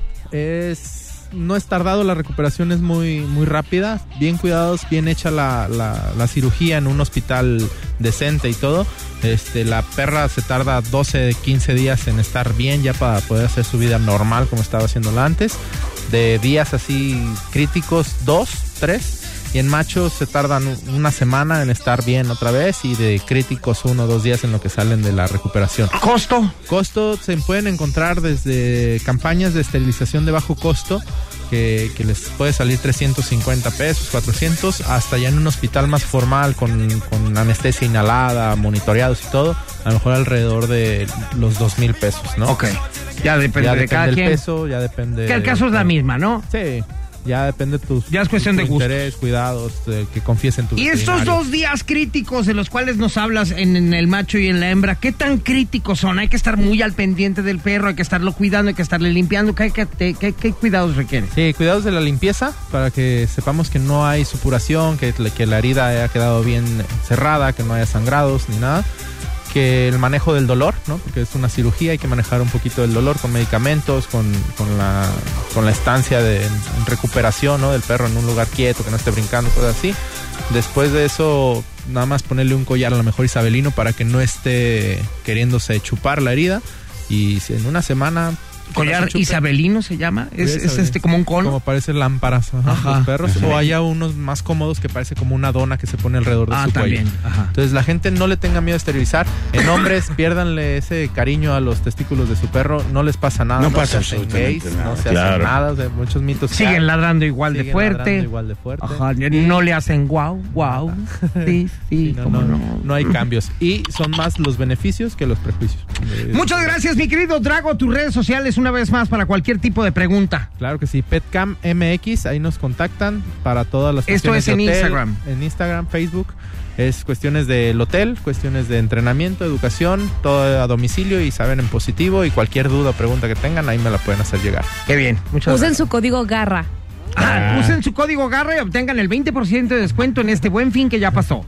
Es... No es tardado, la recuperación es muy muy rápida, bien cuidados, bien hecha la, la, la cirugía en un hospital decente y todo. Este, la perra se tarda doce, quince días en estar bien ya para poder hacer su vida normal como estaba haciéndola antes. De días así críticos, dos, tres. Y en machos se tardan una semana en estar bien otra vez y de críticos uno o dos días en lo que salen de la recuperación. ¿Costo? Costo se pueden encontrar desde campañas de esterilización de bajo costo que, que les puede salir trescientos cincuenta pesos, cuatrocientos, hasta ya en un hospital más formal con, con anestesia inhalada, monitoreados y todo, a lo mejor alrededor de los dos mil pesos, ¿no? Ok. Ya depende, ya de depende cada del quien. peso, ya depende... Que el caso es la misma, ¿no? Sí. Ya depende de tus... Ya es cuestión tu de gustos. interés, cuidados, eh, que confíes en tu Y estos dos días críticos de los cuales nos hablas en, en el macho y en la hembra, ¿qué tan críticos son? Hay que estar muy al pendiente del perro, hay que estarlo cuidando, hay que estarle limpiando. ¿Qué, qué, qué, qué cuidados requiere? Sí, cuidados de la limpieza, para que sepamos que no hay supuración, que, que la herida haya quedado bien cerrada, que no haya sangrados ni nada. Que el manejo del dolor, ¿no? Porque es una cirugía, hay que manejar un poquito del dolor con medicamentos, con, con, la, con la estancia de en recuperación, ¿no? Del perro en un lugar quieto, que no esté brincando, cosas así. Después de eso, nada más ponerle un collar a lo mejor isabelino para que no esté queriéndose chupar la herida. Y si en una semana... ¿Collar isabelino se llama? ¿Es, es este como un cono? Como parece lámparas, ajá, ajá, los perros. Ajá. O hay unos más cómodos que parece como una dona que se pone alrededor de ah, su también. cuello. Ajá. Entonces la gente no le tenga miedo a esterilizar. En hombres, piérdanle ese cariño a los testículos de su perro. No les pasa nada. No, no pasa se hacen gays, nada. no se Claro. hacen nada. O sea, muchos mitos. Siguen caen, ladrando igual siguen de fuerte. ladrando igual de fuerte. Ajá. No le hacen guau, guau. Sí, sí, sí no, cómo no, no. no hay cambios. Y son más los beneficios que los prejuicios. Muchas gracias, mi querido Drago. Tus redes sociales, una vez más, para cualquier tipo de pregunta. Claro que sí, Petcam M X, ahí nos contactan para todas las Esto cuestiones es en de hotel, Instagram. En Instagram, Facebook, es cuestiones del hotel, cuestiones de entrenamiento, educación, todo a domicilio y saben en positivo y cualquier duda o pregunta que tengan, ahí me la pueden hacer llegar. Qué bien, muchas Usen gracias. su código GARRA. Ah, usen su código GARRA y obtengan el veinte por ciento de descuento en este buen fin que ya pasó.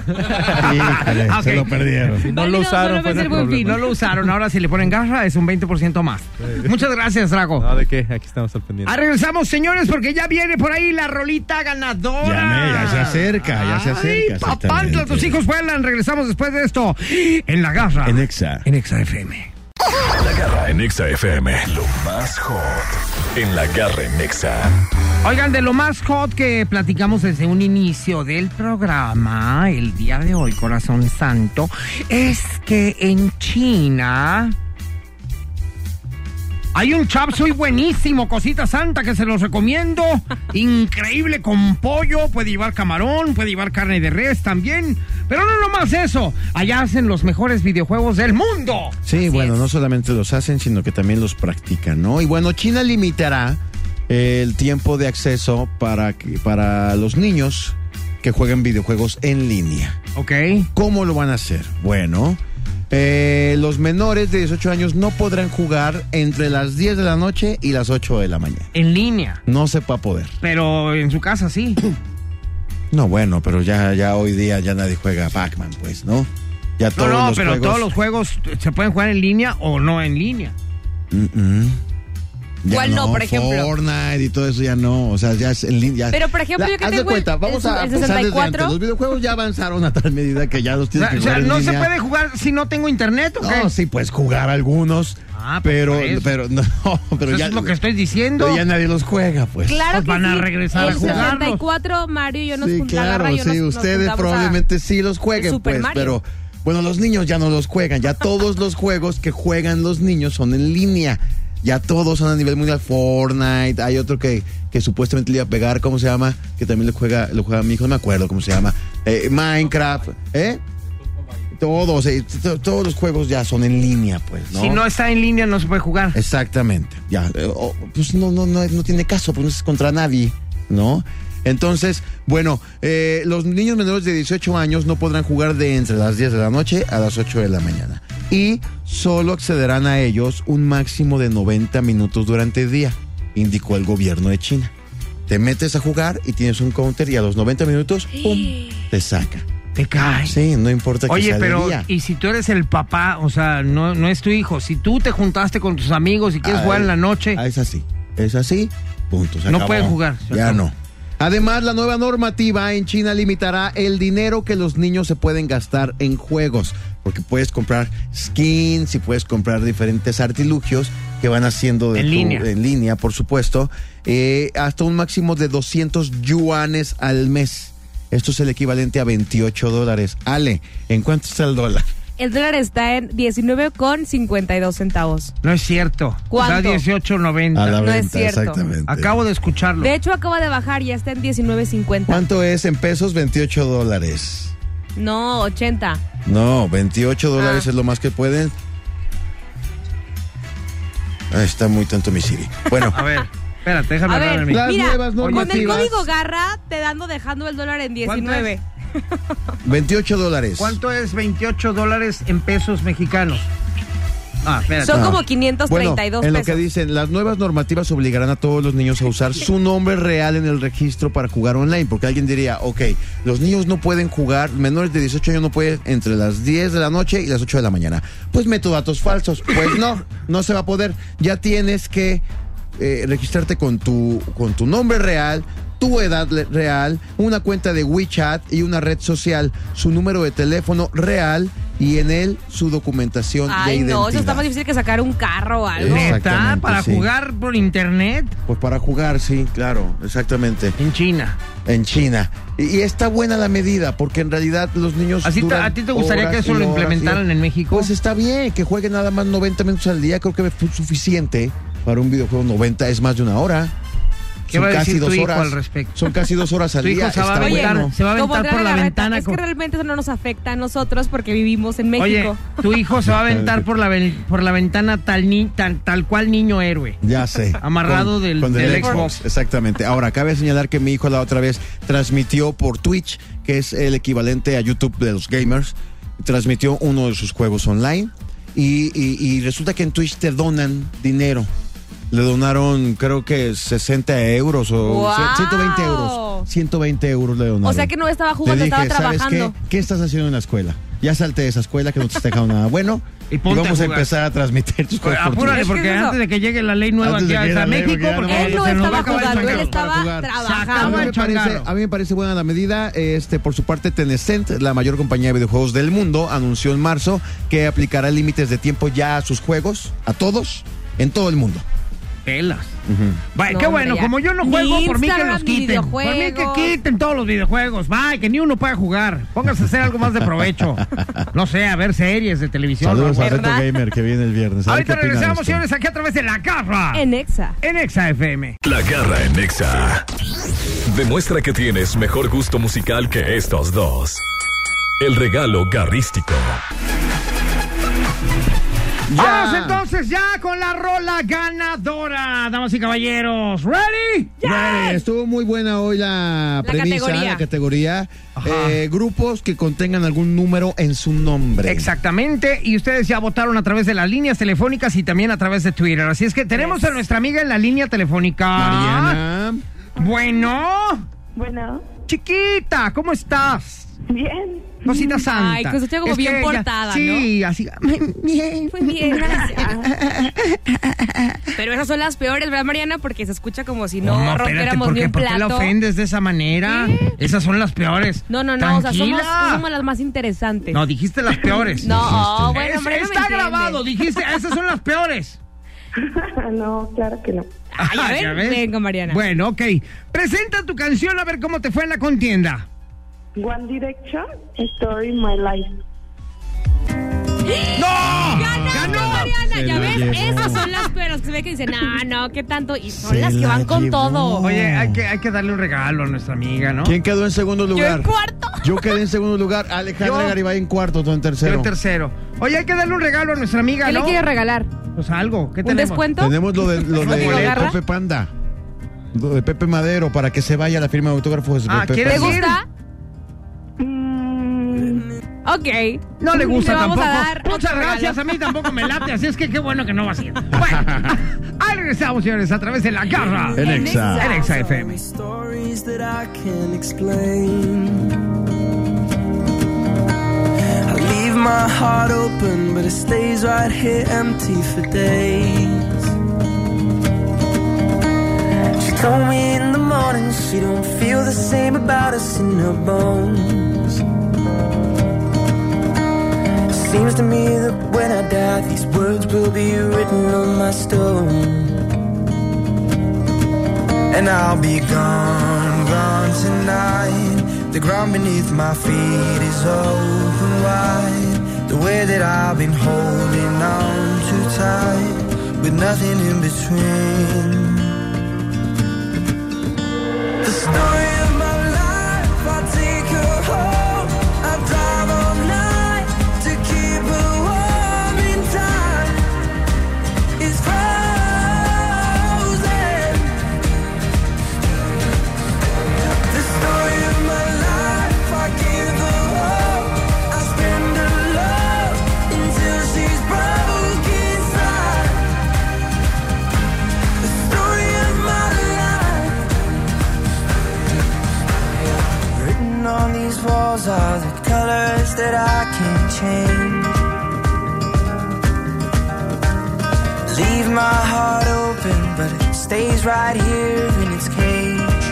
Híjole, Ok. se lo perdieron. Si no Válido lo usaron, solo fue va a ser el buen problema. No lo usaron, ahora si le ponen garra es un veinte por ciento más. Muchas gracias, Drago. No, ¿de qué? Aquí estamos al pendiente. Ah, regresamos, señores, porque ya viene por ahí la rolita ganadora. Ya, me- ya se acerca, ya se acerca, Ay, papantla, exactamente. tus hijos vuelan. Regresamos después de esto en La Garra. En Exa. En Exa F M. La Garra en Exa F M. Lo más hot en La Garra en Exa. Oigan, de lo más hot que platicamos desde un inicio del programa, el día de hoy, corazón santo, es que en China hay un chap suey buenísimo, cosita santa, que se los recomiendo. Increíble con pollo, puede llevar camarón, puede llevar carne de res también. Pero no nomás eso, allá hacen los mejores videojuegos del mundo. Sí, Así bueno, es. no solamente los hacen, sino que también los practican, ¿no? Y bueno, China limitará el tiempo de acceso para, que- para los niños que jueguen videojuegos en línea. Ok. ¿Cómo lo van a hacer? Bueno, eh, los menores de dieciocho años no podrán jugar entre las diez de la noche y las ocho de la mañana. En línea. No se va a poder. Pero en su casa sí. No, bueno, pero ya, ya hoy día ya nadie juega Pac-Man, pues, ¿no? Ya No, todos no, los pero juegos... todos los juegos se pueden jugar en línea o no en línea. Mm-mm. Ya ¿Cuál no, por ejemplo? Fortnite y todo eso ya no, o sea, ya es en línea. Pero, por ejemplo, yo que haz de tengo el- cuenta, vamos el- a el empezar desde sesenta y cuatro. antes. Los videojuegos ya avanzaron a tal medida que ya los O tienes sea, que o sea, jugar en ¿no se línea. puede jugar si no tengo internet o qué? No, sí puedes jugar algunos, Ah, pues pero, por eso. pero no, pero Eso ya, es lo que estoy diciendo. pero ya nadie los juega, pues. Claro Pues que van a sí. regresar a el jugarlos. sesenta y cuatro, Mario y yo nos Sí, juntamos. claro, Garra y yo sí, nos- nos ustedes juntamos a- probablemente sí los el jueguen, Super pues, Mario. pero bueno, los niños ya no los juegan, ya todos los juegos que juegan los niños son en línea. Ya todos son a nivel mundial. Fortnite, hay otro que, que supuestamente le iba a pegar, ¿cómo se llama? Que también lo juega, lo juega mi hijo, no me acuerdo cómo se llama. Eh, Minecraft, ¿eh? Todos, eh, to- todos los juegos ya son en línea, pues, ¿no? Si no está en línea no se puede jugar. Exactamente, ya. eh, oh, pues no, no, no, no tiene caso, pues no es contra nadie, ¿no? Entonces, bueno, eh, los niños menores de dieciocho años no podrán jugar de entre las diez de la noche a las ocho de la mañana. Y solo accederán a ellos un máximo de noventa minutos durante el día, indicó el gobierno de China. Te metes a jugar y tienes un counter y a los noventa minutos, ¡pum!, te saca. Te cae. Sí, no importa que Oye, sea de pero día. y si tú eres el papá, o sea, no, no es tu hijo, si tú te juntaste con tus amigos y quieres Ah, jugar en la noche, ah, es así, es así, punto. se No acabó. pueden jugar, se Ya acabó. no. Además, la nueva normativa en China limitará el dinero que los niños se pueden gastar en juegos, porque puedes comprar skins y puedes comprar diferentes artilugios que van haciendo de En tu- línea. en línea, por supuesto, eh, hasta un máximo de doscientos yuanes al mes. Esto es el equivalente a veintiocho dólares. Ale, ¿en cuánto está el dólar? El dólar está en diecinueve con cincuenta y dos centavos. no es cierto. ¿Cuánto? Está dieciocho noventa. A la No es venta, cierto. exactamente. Acabo de escucharlo. De hecho, acaba de bajar, ya está en diecinueve cincuenta. ¿Cuánto es en pesos? veintiocho dólares. No, ochenta. No, veintiocho dólares Ah. es lo más que pueden. Ah, está muy tanto mi Siri. Bueno, A ver, espérate, déjame A hablar ver, en mí. Las mira, nuevas con el normativas. código Garra te dando dejando el dólar en diecinueve. veintiocho dólares. ¿Cuánto es veintiocho dólares en pesos mexicanos? Ah, espérate. Son Ah. como quinientos treinta y dos Bueno, en lo pesos. que dicen, las nuevas normativas obligarán a todos los niños a usar su nombre real en el registro para jugar online, porque alguien diría, ok, los niños no pueden jugar, menores de dieciocho años no pueden entre las diez de la noche y las ocho de la mañana. Pues meto datos falsos. Pues no, no se va a poder. Ya tienes que eh, registrarte con tu, con tu nombre real, tu edad le- real, una cuenta de WeChat y una red social, su número de teléfono real y en él su documentación de Ay, identidad. no, eso está más difícil que sacar un carro o algo. Eh. ¿Neta? Exactamente, ¿Para sí. jugar por internet? Pues para jugar, sí, claro, exactamente. En China. En China. Y, y está buena la medida, porque en realidad los niños. ¿Así te- duran a ti te gustaría horas que eso y lo horas y implementaran horas. en México? Pues está bien, que jueguen nada más noventa minutos al día, creo que es suficiente para un videojuego. noventa es más de una hora. ¿Qué Son va a casi decir tu dos hijo horas. al respecto? Son casi dos horas al Tu hijo día. se va a Está aventar, bueno. se va a Como aventar Adriana por la Garreta, ventana. Es con- que realmente eso no nos afecta a nosotros porque vivimos en Oye, México. tu hijo se va a aventar por la, ven- por la ventana tal, ni, tal, tal cual niño héroe. Ya sé. Amarrado del- el del Xbox. Exactamente. Ahora, cabe señalar que mi hijo la otra vez transmitió por Twitch, que es el equivalente a YouTube de los gamers. Transmitió uno de sus juegos online. Y, y- y resulta que en Twitch te donan dinero. Le donaron, creo que sesenta euros o ¡Wow! ciento veinte euros. ciento veinte euros le donaron. O sea que no estaba jugando, Le dije, estaba ¿sabes trabajando. qué? ¿Qué estás haciendo en la escuela? Ya salte de esa escuela que no te está dejando nada bueno. Y Y, ponte vamos a a jugar. empezar a transmitir tus Pues, juegos. por apúrale, Es que porque es eso. antes de que llegue la ley nueva Antes de aquí que a llegue la ley, México, porque ya no porque Él no se nos va a estaba acabar el jugando, él changarro. estaba jugar. Se A trabajando. acaba mí, el me parece, changarro. a mí me parece buena la medida. Este, por su parte, Tencent, la mayor compañía de videojuegos del mundo, anunció en marzo que aplicará límites de tiempo ya a sus juegos, a todos, en todo el mundo. Pelas. Vaya, No, qué hombre, bueno, ya. como yo no Ni juego, por mí que Instagram, los ni quiten. Por mí que videojuegos. quiten todos los videojuegos. Vaya, que ni uno pueda jugar. Póngase a hacer algo más de provecho. No sé, a ver series de televisión. Saludos o a algo. Reto ¿Verdad? Gamer que viene el viernes. A ver Ahorita qué opinan de regresamos, esto. señores, aquí a través de La Garra. En Exa. En Exa F M. La Garra en Nexa. Demuestra que tienes mejor gusto musical que estos dos. El regalo garrístico. Ya. Vamos entonces ya con la rola ganadora, damas y caballeros. ¿Ready? Yes. Ready. Estuvo muy buena hoy la, la premisa, categoría. la categoría. Eh, grupos que contengan algún número en su nombre. Exactamente, y ustedes ya votaron a través de las líneas telefónicas y también a través de Twitter. Así es que tenemos yes. a nuestra amiga en la línea telefónica. Mariana. Bueno. Bueno. Chiquita, ¿cómo estás? Bien. Cosita santa. Ay, que usted como es bien portada, ella, ¿no? Sí, así. Bien. Muy bien, gracias. Pero esas son las peores, ¿verdad, Mariana? Porque se escucha como si no, no rompiéramos ni un ¿por plato. ¿Por qué la ofendes de esa manera? ¿Eh? Esas son las peores. No, no, no, Tranquila. o sea, somos, somos las más interesantes. No, dijiste las peores. No, oh, bueno, es, hombre, no está me grabado, dijiste, esas son las peores. No, claro que no. Ay, a ver, ¿ya ves? Venga, Mariana. Bueno, ok. Presenta tu canción a ver cómo te fue en la contienda. One Direction, Story My Life. ¡No! ¡Ganó, ¡Ganó! Mariana! Se ¿Ya ves? Llevó. Esas son las peores que se ve que dicen, no, no, ¿qué tanto? Y son Se las que van la con llevó. todo. Oye, hay que, hay que darle un regalo a nuestra amiga, ¿no? ¿Quién quedó en segundo lugar? Yo en cuarto. Yo quedé en segundo lugar. Alejandra Yo- Garibay en cuarto, tú en tercero. Yo en tercero. Oye, hay que darle un regalo a nuestra amiga, ¿Qué ¿no? le quiere regalar? Pues algo. ¿Qué ¿Un tenemos? descuento? Tenemos lo de, lo de ¿Lo agarra? Pepe Panda. Lo de Pepe Madero para que se vaya a la firma de autógrafos de Ah, Pepe ¿quieres ¿Te Panda. ir? gusta? Mm, Ok. No le gusta Le vamos tampoco. a dar otro Muchas regalo. gracias, a mí tampoco me late, así es que qué bueno que no va a ser. Bueno, ahí regresamos, señores, a través de La Garra. En Exa. En Exa F M. Stories that I can't explain. I leave my heart open, but it stays right here empty for days. She told me in the morning she don't feel the same about us in her bones. Seems to me that when I die, these words will be written on my stone. And I'll be gone, gone tonight. The ground beneath my feet is open wide. The way that I've been holding on too tight, with nothing in between. The story of my life, I take her home. I drive all night to keep her warm in time. It's frozen. The story of my life, I give her hope. I spend her love until she's broke inside. The story of my life. Written on these walls are the colors that I can't change. Leave my heart open, but it stays right here in its cage.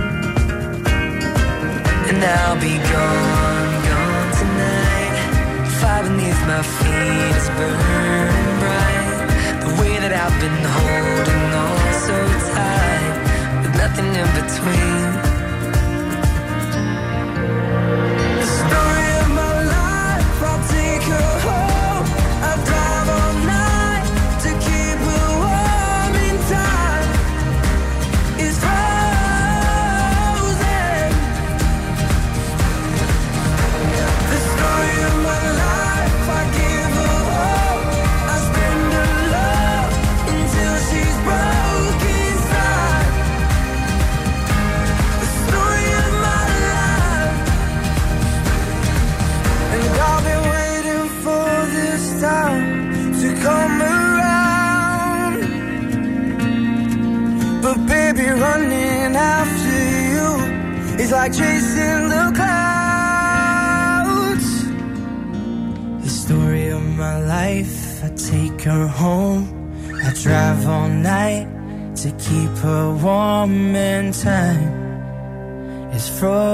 And I'll be gone, gone tonight. Fire beneath my feet is burning bright. The way that I've been holding on so tight, with nothing in between. The story of my life, I'll take her home. I drive all night to keep her warm in time. It's frozen. The story of my life, I give her hope. I spend her love until she's broke inside. The story of my life. And I've been waiting for this time to come around. But baby, running after you is like chasing the clouds. The story of my life, I take her home. I drive all night to keep her warm in time. It's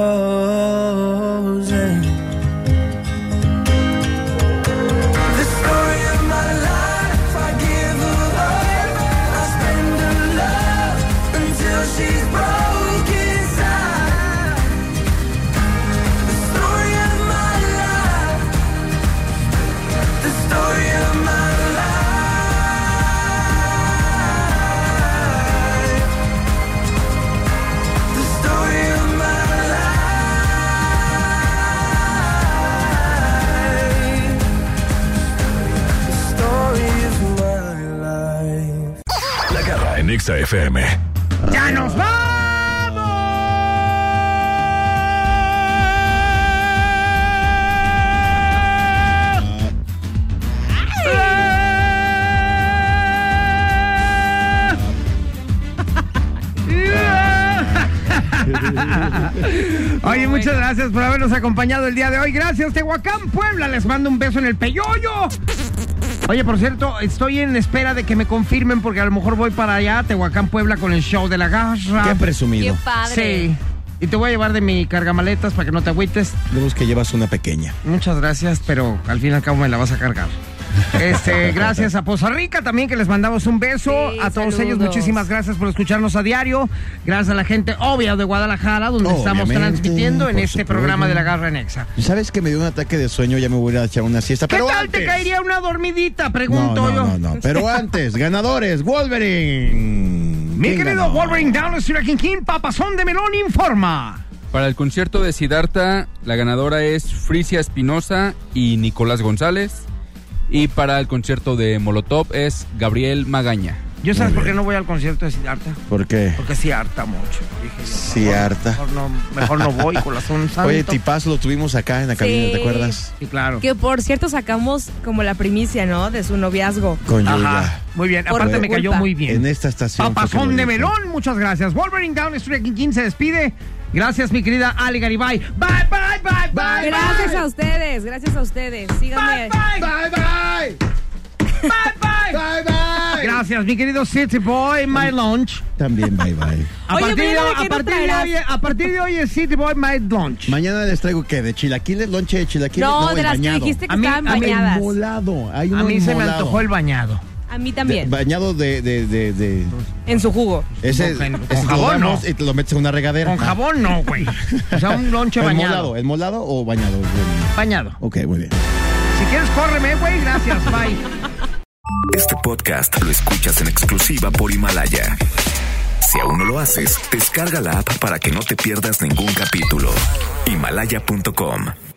frozen. The story of my life, I give her hope. I spend her love until she's broke inside. The story of my life. The story of my life. The story of my life. Exa F M. ¡Ya nos vamos! Oye, muchas gracias por habernos acompañado el día de hoy. Gracias, Tehuacán, Puebla. Les mando un beso en el peyoyo. Oye, por cierto, estoy en espera de que me confirmen porque a lo mejor voy para allá, Tehuacán, Puebla, con el show de la garra. Qué presumido. Qué padre. Sí. Y te voy a llevar de mi cargamaletas para que no te agüites. Vemos que llevas una pequeña. Muchas gracias, pero al fin y al cabo me la vas a cargar. Este, gracias a Poza Rica también, que les mandamos un beso. Sí, a todos saludos. ellos, muchísimas gracias por escucharnos a diario. Gracias a la gente obvia de Guadalajara, donde estamos Obviamente, transmitiendo en por este supuesto. programa de la garra en Exa. ¿Sabes que me dio un ataque de sueño? Ya me voy a ir a echar una siesta. ¿Qué Pero tal antes... te caería una dormidita? No, Pregunto no, yo. no, no. Pero antes, ganadores, Wolverine. Mi ¿Quién querido ganó? Wolverine Down, King King, Papazón de Melón informa. Para el concierto de Siddhartha, la ganadora es Frisia Espinosa y Nicolás González. Y para el concierto de Molotov es Gabriel Magaña. ¿Yo sabes Muy por qué bien. no voy al concierto de Siddhartha? ¿Por qué? Porque sí harta mucho. Dije yo, Sí mejor- harta. Mejor no, mejor no voy, corazón santo. Oye, Tipaz lo tuvimos acá en la cabina, Sí. ¿te acuerdas? Sí, claro. Que por cierto sacamos como la primicia, ¿no? De su noviazgo. Con Ajá, Yuya. muy bien. Por Aparte tu me cayó culpa. muy bien. En esta estación. fue Papazón que de lo dijo. melón, muchas gracias. Wolverine Down, Estudio King se despide. Gracias, mi querida Ali Garibay. Bye, bye, bye, bye. Gracias bye. a ustedes, gracias a ustedes. Síganme. Bye, bye. Bye, bye. Bye, bye. Bye, bye. Gracias, mi querido City Boy, My Lunch. También bye, bye. A, Oye, partir, de, mañana, a, ¿qué nos partir de traerás? hoy, a partir de hoy es City Boy, My Lunch. Mañana les traigo, ¿qué? ¿De chilaquiles? ¿Lonche de chilaquiles? No, el de las que bañado. dijiste que A mí- estaban a mí bañadas. El molado. Hay uno A mí se me molado. antojó el bañado. A mí De- también. bañado de... de, de, de- En su jugo. Ese, Con- ese con lo jabón, damos no. y te lo metes en una regadera. Con jabón no, güey. O sea, un lonche ¿El bañado. molado? ¿El molado o bañado? Bañado. Ok, muy bien. Si quieres, córreme, güey. Gracias, bye. Este podcast lo escuchas en exclusiva por Himalaya. Si aún no lo haces, descarga la app para que no te pierdas ningún capítulo. Himalaya punto com